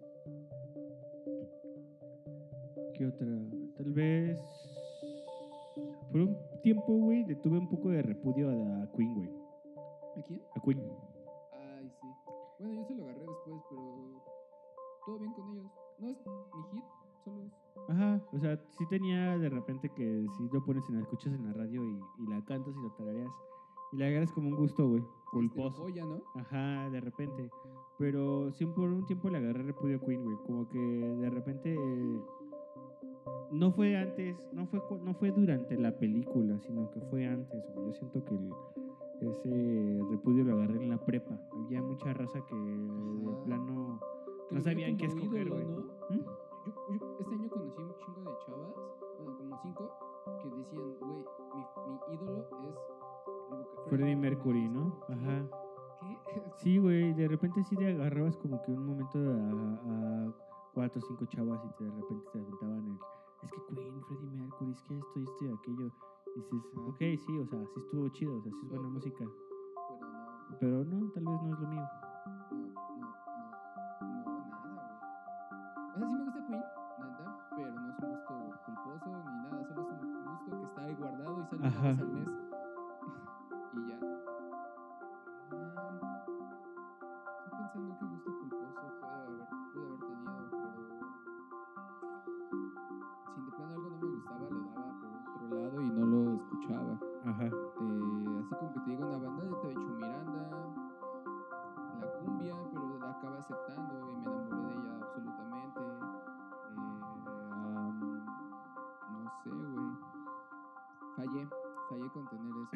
[SPEAKER 2] ¿Qué otra? Tal vez... Por un tiempo, güey, le tuve un poco de repudio a, a Queen, güey.
[SPEAKER 1] ¿A quién?
[SPEAKER 2] A Queen.
[SPEAKER 1] Ay, sí. Bueno, yo se lo agarré después, pero todo bien con ellos. No es mi hit, solo es...
[SPEAKER 2] Ajá, o sea, sí tenía de repente que si lo pones en la escuchas en la radio y, y la cantas y lo tarareas y la agarras como un gusto, güey, culposo.
[SPEAKER 1] Joya, ¿no?
[SPEAKER 2] Ajá, de repente. Pero sí por un tiempo le agarré repudio a Queen, güey, como que de repente... Eh, no fue antes, no fue, cu- no fue durante la película, sino que fue antes, güey. Yo siento que el- ese repudio lo agarré en la prepa. Había mucha raza que de
[SPEAKER 1] Ajá.
[SPEAKER 2] plano
[SPEAKER 1] Que
[SPEAKER 2] no
[SPEAKER 1] lo veía
[SPEAKER 2] sabían qué
[SPEAKER 1] como
[SPEAKER 2] escoger,
[SPEAKER 1] ídolo,
[SPEAKER 2] güey.
[SPEAKER 1] ¿no?
[SPEAKER 2] ¿Mm?
[SPEAKER 1] Yo, yo este año conocí un chingo de chavas, bueno, como cinco, que decían, güey, mi, mi ídolo es el voca-
[SPEAKER 2] Freddie Mercury,
[SPEAKER 1] Es
[SPEAKER 2] ¿no?
[SPEAKER 1] como, ¿qué?
[SPEAKER 2] Ajá.
[SPEAKER 1] ¿Qué?
[SPEAKER 2] Sí, güey, de repente sí te agarrabas como que un momento a, a cuatro o cinco chavas y te, de repente te aventaban el... Es que Queen, Freddie Mercury, es que esto y esto y aquello. Y dices,
[SPEAKER 1] Ajá.
[SPEAKER 2] ok, sí, o sea, sí estuvo chido, o sea, sí es buena música.
[SPEAKER 1] Pero no,
[SPEAKER 2] Pero no, tal vez no es lo mío.
[SPEAKER 1] no, no, no, no, nada, güey. O sea, sí me gusta Queen, neta, pero no es un gusto culposo ni nada, solo es un gusto que está ahí guardado y sale una
[SPEAKER 2] Ajá.
[SPEAKER 1] vez al mes. Y ya. Ah, estoy pensando qué gusto culposo puede haber, pude haber tenido, pero si de plano algo no me gustaba, lo daba por otro lado y no lo escuchaba.
[SPEAKER 2] Ajá.
[SPEAKER 1] Eh, así como que te diga una banda, yo te he dicho Miranda, la cumbia, pero la acabé aceptando y me enamoré de ella absolutamente. Eh, am, no sé, güey. Fallé, fallé con tener eso.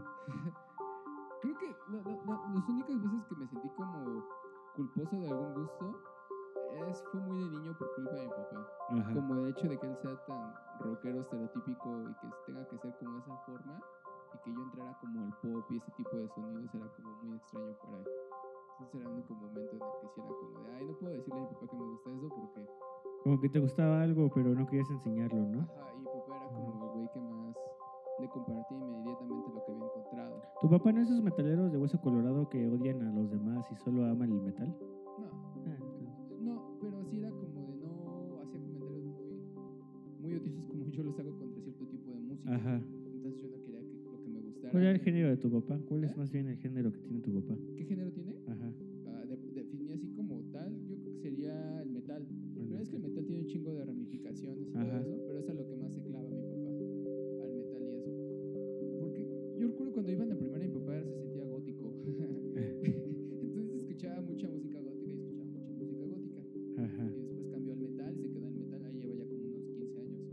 [SPEAKER 1] Creo que la- la- la- las únicas veces que me sentí como culposo de algún gusto es, fue muy de niño por culpa de mi papá.
[SPEAKER 2] Ajá.
[SPEAKER 1] Como el hecho de que él sea tan rockero, estereotípico y que tenga que ser como de esa forma y que yo entrara como el pop y ese tipo de sonidos era como muy extraño para él. Entonces era el único momento en el que hiciera como de, ay, no puedo decirle a mi papá que me gusta eso porque,
[SPEAKER 2] Como que te gustaba algo, pero no querías enseñarlo, ¿no?
[SPEAKER 1] ajá, y mi papá era como el güey que más le compartía inmediatamente lo que había encontrado.
[SPEAKER 2] ¿Tu papá no es esos metaleros de hueso colorado que odian a los demás y solo aman el metal?
[SPEAKER 1] No,
[SPEAKER 2] Ah, entonces...
[SPEAKER 1] no, pero sí era como de no, hacía comentarios muy, muy odiosos como yo los hago contra cierto tipo de música.
[SPEAKER 2] Ajá.
[SPEAKER 1] Entonces yo no quería que lo que me gustara.
[SPEAKER 2] ¿Cuál era el género de tu papá? ¿Cuál
[SPEAKER 1] ¿Eh?
[SPEAKER 2] es más bien el género que tiene tu papá?
[SPEAKER 1] ¿Qué género tiene?
[SPEAKER 2] Ajá.
[SPEAKER 1] Ah, de- definí así como tal, yo creo que sería el metal. Pero es que el metal tiene un chingo de ramificaciones y todo
[SPEAKER 2] Ajá.
[SPEAKER 1] eso, pero es a lo que más se clava mi papá, al metal y eso. Porque yo recuerdo cuando iba en la primera mi papá se sentía gótico. Entonces escuchaba mucha música gótica y escuchaba mucha música gótica.
[SPEAKER 2] Ajá.
[SPEAKER 1] Y después cambió al metal y se quedó en metal, ahí lleva ya como unos quince años.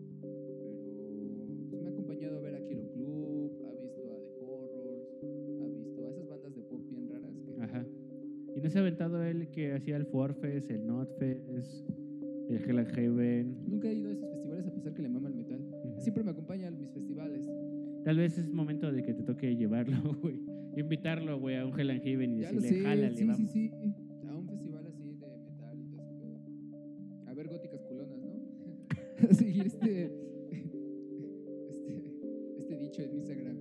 [SPEAKER 1] Pero pues, me ha acompañado a ver a Kilo Club, ha visto a The Horrors, ha visto a esas bandas de pop bien raras que...
[SPEAKER 2] Ajá. ¿Y no se ha aventado él que hacía el Forfest, el Notfest, el Hell and Heaven?
[SPEAKER 1] Nunca he ido a esos festivales a pesar que le mama el metal.
[SPEAKER 2] Ujú.
[SPEAKER 1] Siempre me acompaña a mis festivales.
[SPEAKER 2] Tal vez es momento de que te toque llevarlo, güey. Invitarlo, güey, a un Hell and Heaven y
[SPEAKER 1] Ya lo
[SPEAKER 2] decirle,
[SPEAKER 1] sé,
[SPEAKER 2] jálale,
[SPEAKER 1] sí,
[SPEAKER 2] vamos.
[SPEAKER 1] sí, sí. A un festival así de metal y todo ese pedo. A ver góticas culonas, ¿no? A seguir este, este, este dicho en Instagram.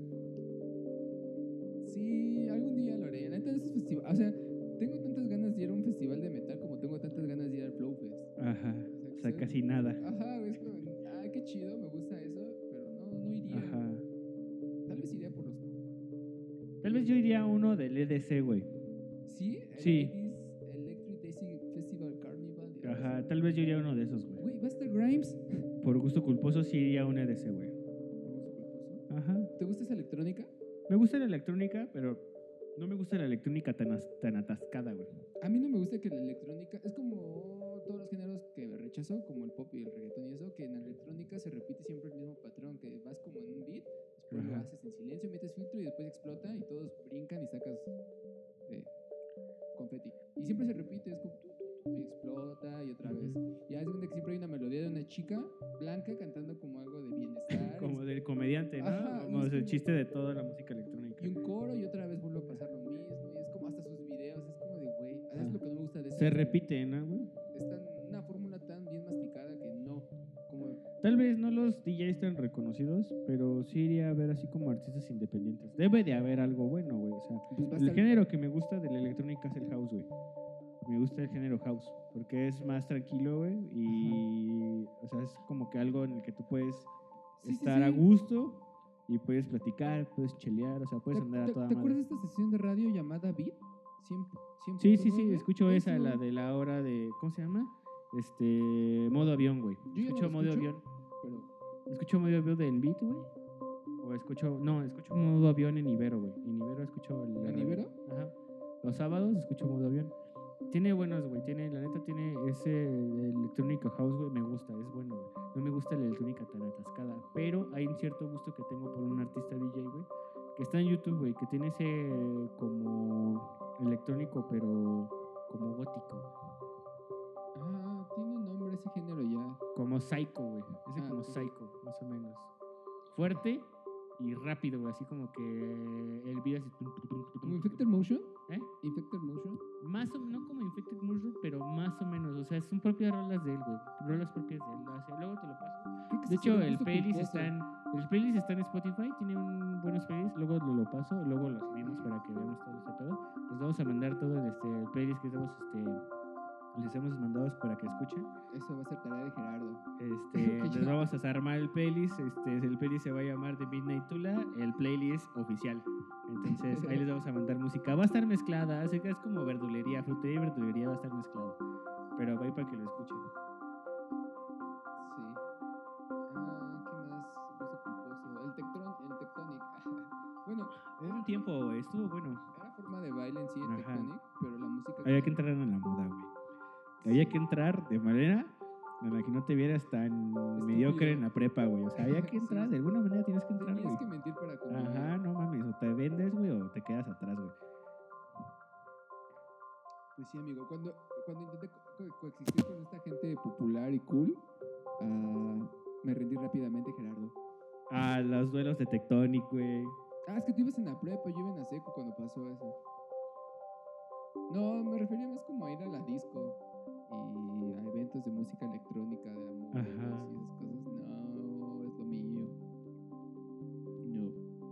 [SPEAKER 1] Sí, algún día lo haré. La neta de esos festivales, o sea, tengo tantas ganas de ir a un festival de metal como tengo tantas ganas de ir al Flowfest.
[SPEAKER 2] Ajá.
[SPEAKER 1] O sea,
[SPEAKER 2] O sea,
[SPEAKER 1] que
[SPEAKER 2] casi nada.
[SPEAKER 1] Ajá, güey, es como, ah, qué chido, me gusta eso, pero no, no iría.
[SPEAKER 2] Ajá.
[SPEAKER 1] Tal vez iría por los...
[SPEAKER 2] Tal vez yo iría a uno del E D C, güey.
[SPEAKER 1] ¿Sí? El
[SPEAKER 2] Sí.
[SPEAKER 1] eighties Electric Daisy Festival Carnival. y algo
[SPEAKER 2] Ajá,
[SPEAKER 1] así.
[SPEAKER 2] tal vez yo iría a uno de esos, güey.
[SPEAKER 1] Güey, ¿va a estar Grimes?
[SPEAKER 2] Por gusto culposo sí iría a un E D C, güey.
[SPEAKER 1] ¿Por gusto culposo?
[SPEAKER 2] Ajá.
[SPEAKER 1] ¿Te gusta esa electrónica?
[SPEAKER 2] Me gusta la electrónica, pero no me gusta la electrónica tan, as- tan atascada, güey.
[SPEAKER 1] A mí no me gusta que la electrónica... Es como todos los géneros que rechazo, como el pop y el reggaetón y eso, que en la electrónica se repite siempre el mismo patrón, que vas como en un beat, después lo
[SPEAKER 2] Ajá.
[SPEAKER 1] haces en silencio, metes filtro y después explota y todos brincan y sacas eh, confeti. Y siempre se repite, es como... tu, tu, tu, y explota y otra vez.
[SPEAKER 2] Ujú.
[SPEAKER 1] Y haz de cuenta que siempre hay una melodía de una chica blanca cantando como algo de bienestar.
[SPEAKER 2] Como del comediante, ¿no?
[SPEAKER 1] Ajá,
[SPEAKER 2] Como
[SPEAKER 1] y
[SPEAKER 2] es
[SPEAKER 1] es
[SPEAKER 2] el
[SPEAKER 1] como-
[SPEAKER 2] chiste de toda la música electrónica.
[SPEAKER 1] Y un coro y otra vez vuelve a pasar lo mismo. Y es como hasta sus videos, es como de, güey, es
[SPEAKER 2] Ah.
[SPEAKER 1] lo que no me gusta de eso.
[SPEAKER 2] Se repite, ¿no, güey?
[SPEAKER 1] Es tan, una fórmula tan bien masticada que no. Como,
[SPEAKER 2] Tal vez no los D Js tan reconocidos, pero sí iría a ver así como artistas independientes. Debe de haber algo bueno, güey. O sea,
[SPEAKER 1] pues va a
[SPEAKER 2] el
[SPEAKER 1] estar-
[SPEAKER 2] género que me gusta de la electrónica es el house, güey. Me gusta el género house, porque es más tranquilo, güey. Y, o sea, es como que algo en el que tú puedes
[SPEAKER 1] Sí, sí,
[SPEAKER 2] estar a
[SPEAKER 1] sí.
[SPEAKER 2] gusto y puedes platicar, puedes chelear, o sea, puedes
[SPEAKER 1] ¿Te,
[SPEAKER 2] andar
[SPEAKER 1] te-
[SPEAKER 2] a toda
[SPEAKER 1] ¿te
[SPEAKER 2] madre.
[SPEAKER 1] acuerdas de esta sesión de radio llamada Beat? cien, cien
[SPEAKER 2] Sí,
[SPEAKER 1] punto
[SPEAKER 2] sí, sí,
[SPEAKER 1] nueve.
[SPEAKER 2] escucho esa,
[SPEAKER 1] Eso.
[SPEAKER 2] la de la hora de, ¿cómo se llama? Este, modo avión, güey.
[SPEAKER 1] Yo ya no
[SPEAKER 2] Escucho
[SPEAKER 1] lo
[SPEAKER 2] modo
[SPEAKER 1] escucho,
[SPEAKER 2] avión.
[SPEAKER 1] Pero
[SPEAKER 2] Escucho modo avión del beat, güey. O escucho, no, escucho modo avión en Ibero, güey. En Ibero escucho el
[SPEAKER 1] ¿En Ibero?
[SPEAKER 2] Ajá. Los sábados escucho modo avión. Tiene buenos, güey. Tiene, la neta, tiene ese electrónica house, güey. Me gusta, es bueno, güey. No me gusta la electrónica tan atascada. Pero hay un cierto gusto que tengo por un artista D J, güey, que está en YouTube, güey, que tiene ese como electrónico, pero como gótico, güey.
[SPEAKER 1] Ah, tiene nombre ese género ya.
[SPEAKER 2] Como Psycho, güey. Ese
[SPEAKER 1] Ah,
[SPEAKER 2] como
[SPEAKER 1] sí.
[SPEAKER 2] Psycho, más o menos. Fuerte y rápido, güey. Así como que el beat así.
[SPEAKER 1] ¿Como Infected Motion?
[SPEAKER 2] ¿Eh?
[SPEAKER 1] ¿Infected Motion?
[SPEAKER 2] Más o no como Infected Mushroom, pero más o menos. O sea, son propias rolas de él, güey. Rolas propias de él. O sea, luego te lo paso.
[SPEAKER 1] Creo que
[SPEAKER 2] De
[SPEAKER 1] sí,
[SPEAKER 2] hecho,
[SPEAKER 1] se ve
[SPEAKER 2] el
[SPEAKER 1] gusto
[SPEAKER 2] playlist
[SPEAKER 1] culposo.
[SPEAKER 2] está en, el playlist está en Spotify. Tiene un buenos playlists. Luego lo, lo paso. Luego lo subimos para que veamos todo este pedo. Les vamos a mandar todo el, este, el playlist que estamos, este, les hemos mandado para que escuchen.
[SPEAKER 1] Eso va a ser tarea de Gerardo.
[SPEAKER 2] Este, les vamos a armar el playlist. Este, el playlist se va a llamar The Midnight Tula, el playlist oficial. Entonces ahí les vamos a mandar música. Va a estar mezclada, así que es como verdulería, frutería y verdulería va a estar mezclado. Pero va a ir para que lo escuchen.
[SPEAKER 1] Sí. Ah, ¿qué más? Gusto culposo. El Tectron, el Tectonic. Bueno,
[SPEAKER 2] Hubo un tiempo, güey, estuvo bueno.
[SPEAKER 1] era forma de baile en sí el
[SPEAKER 2] Ajá.
[SPEAKER 1] Tectonic, pero la música.
[SPEAKER 2] Había que entrar en la moda, güey. Había que entrar de manera en la que no te vieras tan
[SPEAKER 1] Estúpido.
[SPEAKER 2] mediocre en la prepa, güey. O sea, había que
[SPEAKER 1] Sí,
[SPEAKER 2] entrar,
[SPEAKER 1] sí.
[SPEAKER 2] de alguna manera tienes que entrar,
[SPEAKER 1] Tenías
[SPEAKER 2] güey.
[SPEAKER 1] que mentir para convivir.
[SPEAKER 2] Ajá, no mames, o te vendes, güey, o te quedas atrás, güey.
[SPEAKER 1] Pues sí, amigo. Cuando, cuando intenté co- co- coexistir con esta gente popular y cool, ah, me rendí rápidamente, Gerardo.
[SPEAKER 2] Ah, los duelos de Tectonic, güey.
[SPEAKER 1] Ah, es que tú ibas en la prepa, yo iba en la secu cuando pasó eso. No, me refería más como a ir a la disco y a eventos de música electrónica, de amor
[SPEAKER 2] Ajá.
[SPEAKER 1] y esas cosas. No, es lo mío. No.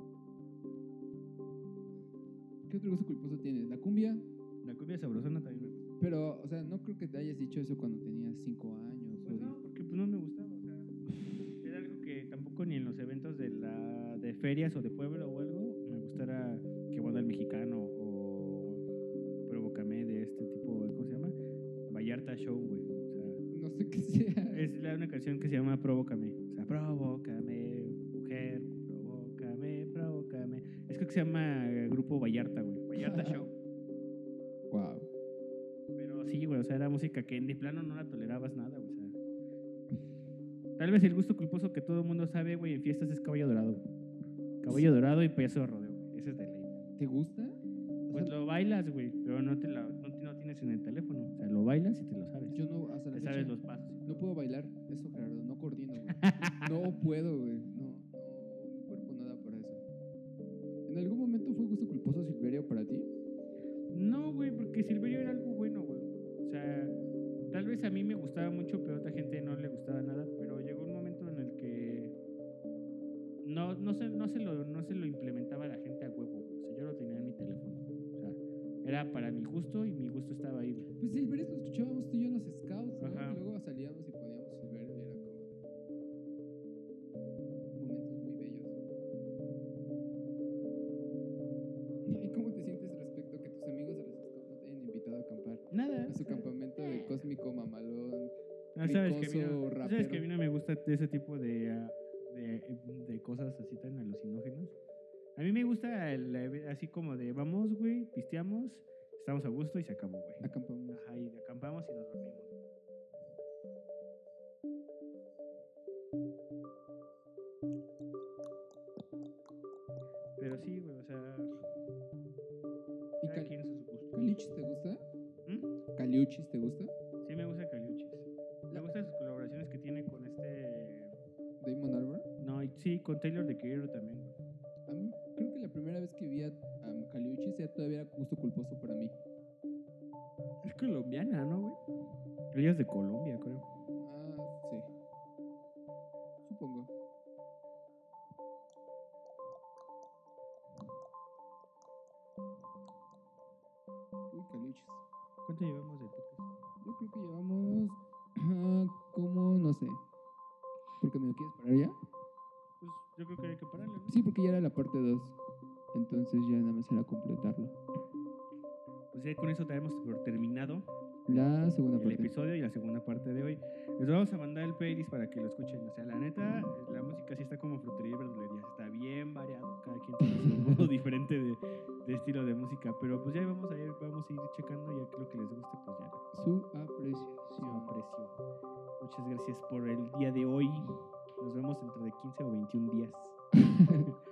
[SPEAKER 1] ¿Qué otro gusto culposo tienes? ¿La cumbia?
[SPEAKER 2] La cumbia sabrosona también me gusta.
[SPEAKER 1] Pero, o sea, no creo que te hayas dicho eso cuando tenías cinco años.
[SPEAKER 2] Pues
[SPEAKER 1] o
[SPEAKER 2] no,
[SPEAKER 1] di-
[SPEAKER 2] porque pues no me gustaba, o sea, era algo que tampoco ni en los eventos de la de ferias o de pueblo o algo me gustara que Boda el Mexicano o Provócame de este tipo, ¿cómo se llama? Vallarta Show, güey. O sea,
[SPEAKER 1] No sé qué sea.
[SPEAKER 2] es la, una canción que se llama Provócame. O sea, provócame, mujer, provócame, provócame. Es que se llama eh, Grupo Vallarta, güey. Vallarta Show.
[SPEAKER 1] Wow.
[SPEAKER 2] Pero sí, güey, o sea, era música que de plano no la tolerabas nada, güey, o sea. Tal vez el gusto culposo que todo el mundo sabe, güey, en fiestas es caballo dorado. Caballo dorado y payaso de rodeo, güey. Ese es de ley.
[SPEAKER 1] ¿Te gusta? O
[SPEAKER 2] Pues
[SPEAKER 1] sea,
[SPEAKER 2] lo bailas, güey, pero no te la, no, te- no tienes en el teléfono. O sea, lo bailas y te lo sabes.
[SPEAKER 1] yo no, hasta la
[SPEAKER 2] Te
[SPEAKER 1] fecha,
[SPEAKER 2] sabes los pasos.
[SPEAKER 1] no puedo bailar eso, Gerardo. No coordino, güey. No puedo, güey. No, no, mi cuerpo no da para eso. ¿En algún momento fue gusto culposo Silverio para ti?
[SPEAKER 2] No, güey, porque Silverio era algo bueno, güey. O sea, tal vez a mí me gustaba mucho, pero a otra gente no le gustaba nada. Pero llegó un momento en el que no, no, se, no, se, lo, no se lo implementaba a la gente a huevo, güey. O sea, yo lo tenía en mi teléfono. O sea, era para mi gusto y mi gusto estaba ahí, güey.
[SPEAKER 1] Pues Silverio lo escuchábamos tú y yo en los scouts, ¿no?
[SPEAKER 2] Ajá.
[SPEAKER 1] Y luego salíamos y poníamos Silverio y era como momentos muy bellos. ¿Y cómo te sientes respecto a que tus amigos de los scouts no te hayan invitado a acampar?
[SPEAKER 2] Nada.
[SPEAKER 1] A su campamento de cósmico mamalón.
[SPEAKER 2] Ah, sabes, que a mí
[SPEAKER 1] Ricoso,
[SPEAKER 2] no,
[SPEAKER 1] rapero.
[SPEAKER 2] sabes que a mí no me gusta ese tipo de, ah, de, de cosas así tan alucinógenas. A mí me gusta el, así como de vamos, güey, pisteamos, estamos a gusto y se acabó, güey.
[SPEAKER 1] Acampamos.
[SPEAKER 2] Ajá, y acampamos y nos dormimos. Pero sí, güey, o sea,
[SPEAKER 1] ¿Y
[SPEAKER 2] cada
[SPEAKER 1] Cal-
[SPEAKER 2] quien sus gustos.
[SPEAKER 1] Caliuchis te gusta?
[SPEAKER 2] ¿Mm?
[SPEAKER 1] ¿Caliuchis te gusta?
[SPEAKER 2] Sí me gusta Caliuchis. Me gustan sus colaboraciones que tiene con este...
[SPEAKER 1] Damon Albarn.
[SPEAKER 2] No, y sí, con Taylor de Queiro también, güey.
[SPEAKER 1] A mí creo que la primera vez que vi a um, Caliuchis ya todavía era gusto culposo para mí.
[SPEAKER 2] Es colombiana, ¿no, güey? Ella es de Colombia, creo.
[SPEAKER 1] Ah, sí. Supongo. Uy, Caliuchis.
[SPEAKER 2] ¿Cuánto llevamos del podcast?
[SPEAKER 1] Yo creo que llevamos ah, como, no sé. ¿Por qué me lo quieres parar ya?
[SPEAKER 2] Pues yo creo que hay que pararle, ¿no?
[SPEAKER 1] Sí, porque ya era la parte dos. Entonces ya nada más era completarlo.
[SPEAKER 2] Pues ya con eso tenemos por terminado
[SPEAKER 1] La segunda
[SPEAKER 2] el
[SPEAKER 1] parte.
[SPEAKER 2] episodio y la segunda parte de hoy. Les vamos a mandar el playlist para que lo escuchen. O sea, la neta, la música sí está como frutería y verdulería. Está bien variado. Cada quien tiene su modo diferente de, de estilo de música. Pero pues ya vamos a ir, vamos a ir checando, ya que lo que les guste, pues ya.
[SPEAKER 1] Su apreciación.
[SPEAKER 2] Su aprecio. Muchas gracias por el día de hoy. Nos vemos dentro de quince o veintiún días.